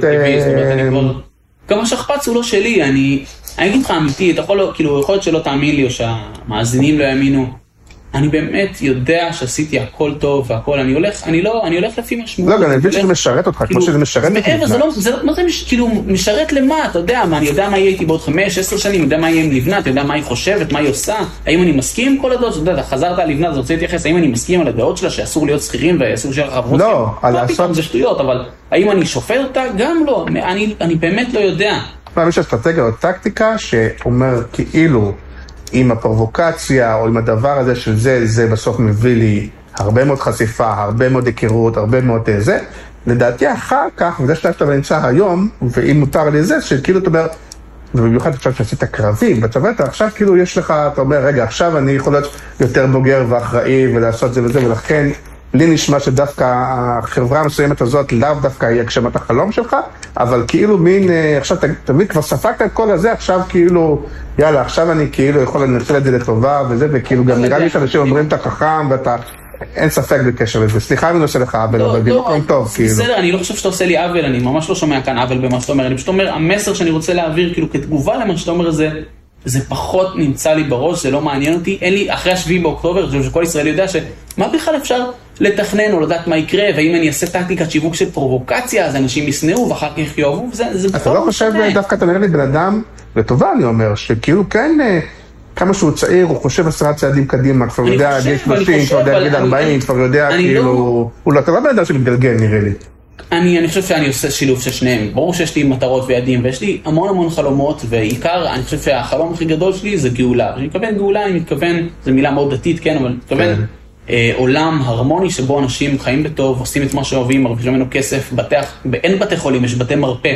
גם השכפ"ץ הוא לא שלי, אני אגיד לך אמיתי, אתה יכול, כאילו, יכול להיות שלא תאמין לי, או שהמאזינים לא יאמינו. אני באמת יודע שעשיתי הכל טוב והכל, אני הולך, אני לא, אני הולך לפי משמעות.
לא, אני מבין שזה משרת אותך, כמו שזה משרת אותך.
מעבר, זה לא, זה לא, מה זה, כאילו, משרת למה, אתה יודע, מה, אני יודע מה יהיה איתי בעוד חמש, עשר שנים, אני יודע מה יהיה עם לבנת, אני יודע מה היא חושבת, מה היא עושה, האם אני מסכים עם כל הדעות, אתה יודע, חזרת על לבנת, אז רוצה להתייחס, האם אני מסכים על הדעות שלה, שאסור להיות שכירים ואסור שיהיה לך חברות?
לא, על
לעשות. זה שטויות, אבל האם אני שופט אותה? גם לא, אני, אני באמת לא יודע.
יש אסטרטגיה או טקטיקה שאומר כאילו עם הפרובוקציה או עם הדבר הזה של זה, זה בסוף מביא לי הרבה מאוד חשיפה, הרבה מאוד היכרות, הרבה מאוד זה. לדעתי אחר כך, וזה שאתה נמצא היום, ואם מותר לי זה, שכאילו אתה אומר, ובמיוחד עכשיו שעשית קרבים בצבא, אתה עכשיו כאילו יש לך, אתה אומר, רגע, עכשיו אני יכול להיות יותר בוגר ואחראי ולעשות זה וזה, ולכן לי נשמע שדווקא החברה המסוימת הזאת לאו דווקא היא הגשמת החלום שלך, אבל כאילו מין, עכשיו תמיד כבר ספקת את כל הזה, עכשיו כאילו, יאללה, עכשיו אני כאילו יכול לנצל את זה לטובה וזה, וכאילו גם נראה לי שאנשים אומרים את החכם ואתה, אין ספק בקשר לזה. סליחה אם נעשה לך עוול, אבל במקום טוב, כאילו.
בסדר, אני לא חושב שאתה עושה לי עוול, אני ממש לא שומע כאן עוול במה שאתה אומר, אני פשוט אומר, המסר שאני רוצה להעביר, כאילו כתגובה למה שאתה אומר זה, זה פחות נמצא לי בראש, זה לא מעניין אותי, אין לי, אחרי השביעי באוקטובר, אני חושב שכל ישראל יודע שמה בכלל אפשר לתכנן או לדעת מה יקרה, ואם אני אעשה טקטיקת שיווק של פרובוקציה, אז אנשים יסנאו ואחר כך יאהבו, זה בכל
אתה לא חושב דווקא, אתה נראה לי בן אדם, לטובה אני אומר, שכאילו כן, כמה שהוא צעיר, הוא חושב עשרה צעדים קדימה, כבר יודע גיל שלושים, כבר יודע גיל ארבעים, כבר יודע כאילו, הוא לא, אתה לא בן אדם שמתגלגל נראה לי.
אני, אני חושב שאני עושה שילוב של שניהם. ברור שיש לי מטרות ויעדים, ויש לי המון המון חלומות, ועיקר, אני חושב שהחלום הכי גדול שלי זה גאולה. אני מתכוון גאולה, אני מתכוון, זו מילה מאוד דתית, כן, אבל אני מתכוון כן. אה, עולם הרמוני שבו אנשים חיים בטוב, עושים את מה שאוהבים, מרוויחים ממנו כסף, בתי, אין בתי חולים, יש בתי מרפא,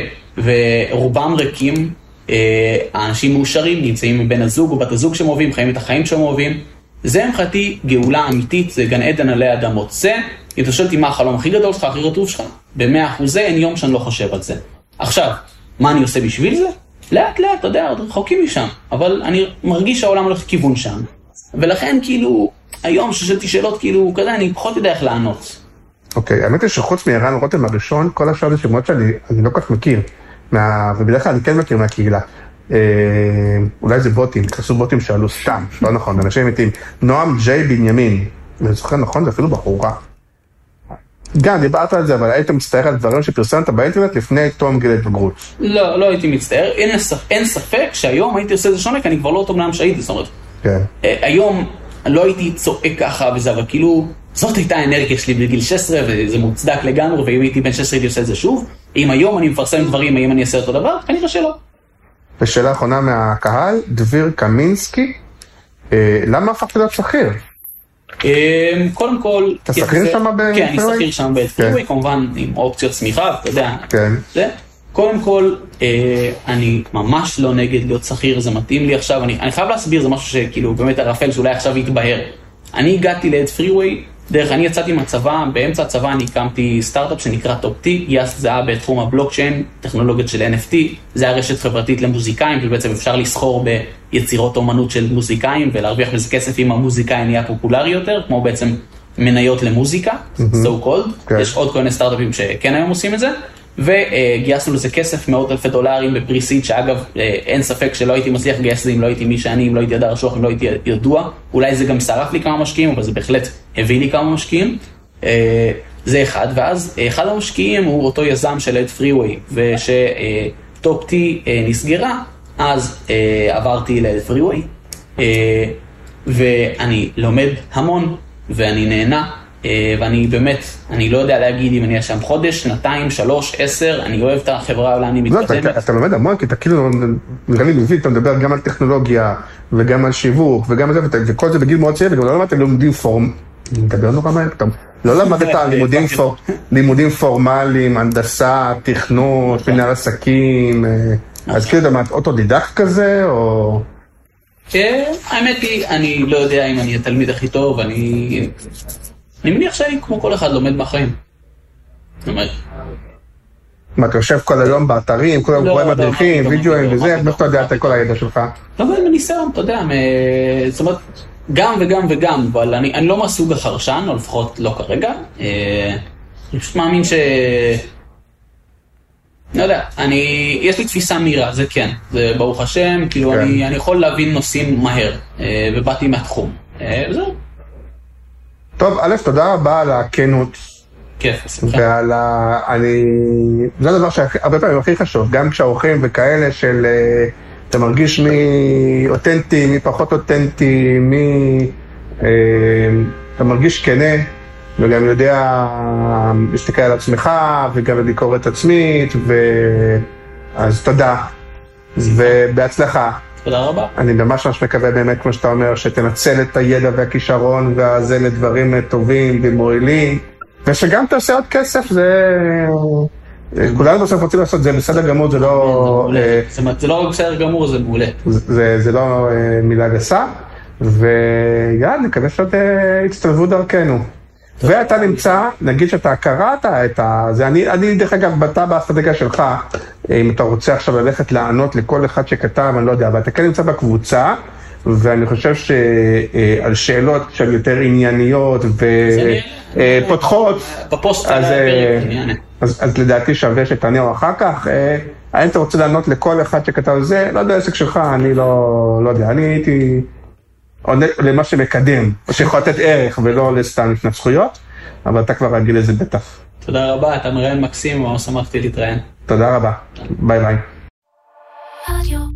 ורובם ריקים, אה, האנשים מאושרים, נמצאים עם בן הזוג או בת הזוג שהם אוהבים, חיים את החיים שהם אוהבים. זה מבחינתי גאולה אמיתית, זה גן עדן עלי אדמות. זה, אם אתה שואל אותי מה החלום הכי גדול שלך, הכי רטוב שלך, במאה אחוז זה, אין יום שאני לא חושב על זה. עכשיו, מה אני עושה בשביל זה? לאט לאט, אתה יודע, עוד רחוקים משם, אבל אני מרגיש שהעולם הולך לכיוון שם. ולכן, כאילו, היום ששאלתי שאלות, כאילו, כזה, אני פחות יודע איך לענות.
אוקיי, האמת היא שחוץ מערן רותם הראשון, כל השאר זה שמות שאני לא כל כך מכיר, ובדרך כלל אני כן מכיר מהקהילה. אולי זה בוטים, תחסו בוטים שעלו סתם, לא נכון, אנשים אמיתיים. נועם ג'יי בנימין, אני זוכר נכון, זה אפילו בחורה. גם, דיברת על זה, אבל היית מצטער על דברים שפרסמת באינטרנט לפני תום גיל ההתבגרות.
לא, לא הייתי מצטער. אין, אין ספק שהיום הייתי עושה את זה שונה, כי אני כבר לא אותו מנהל שהייתי, זאת אומרת.
כן.
היום לא הייתי צועק ככה וזה, אבל כאילו, זאת הייתה האנרגיה שלי בגיל שש עשרה, וזה מוצדק לגמרי, ואם הייתי בן שש עשרה הייתי עושה את זה שוב. אם היום אני מפרסם דברים, האם אני אעשה אותו דבר, כנראה שלא.
ושאלה אחרונה מהקהל, דביר קמינסקי, למה הפכת להיות שכיר?
קודם כל...
אתה שכיר שם בפריווי?
כן, אני שכיר שם בפריווי, כמובן עם אופציות צמיחה, אתה יודע.
כן.
קודם כל, אני ממש לא נגד להיות שכיר, זה מתאים לי עכשיו, אני חייב להסביר, זה משהו שכאילו באמת הרפל שאולי עכשיו יתבהר. אני הגעתי לעד פריווי, דרך אני יצאתי מהצבא, באמצע הצבא אני הקמתי סטארט-אפ שנקרא טופ טי, גייסתי זה היה בתחום הבלוקצ'יין, טכנולוגיות של אן אף טי, זה היה רשת חברתית למוזיקאים, ובעצם אפשר לסחור ביצירות אומנות של מוזיקאים, ולהרוויח בזה כסף אם המוזיקאי נהיה פופולרי יותר, כמו בעצם מניות למוזיקה, so called, יש עוד כל מיני סטארט-אפים שכן היום עושים את זה, וגייסנו לזה כסף מאות אלפי דולרים בפריסיד, שאגב אין ספק שלא הייתי מצליח לגייס את זה אם לא הייתי מי שאני, אם לא הייתי ידע רשוח, אם לא הייתי ידוע, אולי זה גם שרף לי כמה משקיעים, אבל זה בהחלט הביא לי כמה משקיעים, זה אחד, ואז אחד המשקיעים הוא אותו יזם של עד פריווי, ושטופ טי נסגרה, אז עברתי לעד פריווי, ואני לומד המון, ואני נהנה, ואני באמת, אני לא יודע להגיד אם אני אהיה שם חודש, שנתיים, שלוש, עשר, אני אוהב את החברה, אולי אני מתקדמת.
אתה לומד המון, כי אתה כאילו, נראה לי מבין, אתה מדבר גם על טכנולוגיה, וגם על שיווק, וגם על זה, וכל זה בגיל מאוד צעיר, וגם לא למדת לימודים פורמליים, אני מדבר נורא מהר, לא למדת לימודים פורמליים, הנדסה, תכנות, מנהל עסקים, אז כאילו אתה מעט אוטודידקט כזה, או...
האמת היא, אני לא יודע אם אני התלמיד הכי טוב, אני... אני מניח שאני כמו כל אחד לומד מהחיים.
מה, אתה יושב כל היום באתרים, כל היום רואה מדריכים, וידאוים וזה, איך אתה יודע את כל הידע שלך?
לא, אבל מניסיון, אתה יודע, זאת אומרת, גם וגם וגם, אבל אני לא מהסוג החרשן, או לפחות לא כרגע. אני פשוט מאמין ש... לא יודע, אני... יש לי תפיסה מהירה, זה כן, זה ברוך השם, כאילו אני יכול להבין נושאים מהר, ובאתי מהתחום, וזהו.
טוב, א', תודה רבה על הכנות.
כיף, שמחה.
ועל ה... אני... זה הדבר שהרבה פעמים הכי חשוב, גם כשהאורחים וכאלה של... אתה מרגיש מי אותנטי, מי פחות אותנטי, מי... אתה מרגיש כנה, וגם יודע להסתכל על עצמך, וגם לביקורת עצמית, ו... אז תודה. ובהצלחה.
תודה רבה.
אני ממש ממש מקווה באמת, כמו שאתה אומר, שתנצל את הידע והכישרון והזה לדברים טובים ומועילים, ושגם תעשה עוד כסף, זה... כולנו בסוף רוצים לעשות, זה בסדר גמור, זה לא...
זה לא רק בסדר גמור, זה מעולה.
זה לא מילה גסה, ויאללה, נקווה שאתה יצטרבו דרכנו. ואתה נמצא, נגיד שאתה קראת את זה, אני, אני דרך אגב, באת באסטרטגיה שלך, אם אתה רוצה עכשיו ללכת לענות לכל אחד שכתב, אני לא יודע, אבל אתה כן נמצא בקבוצה, ואני חושב שעל שאלות שהן יותר ענייניות ופותחות,
בפוסט
אז, אז, אז לדעתי שווה שתענה אחר כך. האם אתה רוצה לענות לכל אחד שכתב זה? לא יודע, עסק שלך, אני לא, לא יודע, אני הייתי... עונה למה שמקדם, או שיכול לתת ערך ולא לסתם התנצחויות, אבל אתה כבר רגיל לזה בטח.
תודה רבה, אתה מראיין מקסים, ממש שמחתי להתראיין.
תודה רבה, ביי ביי.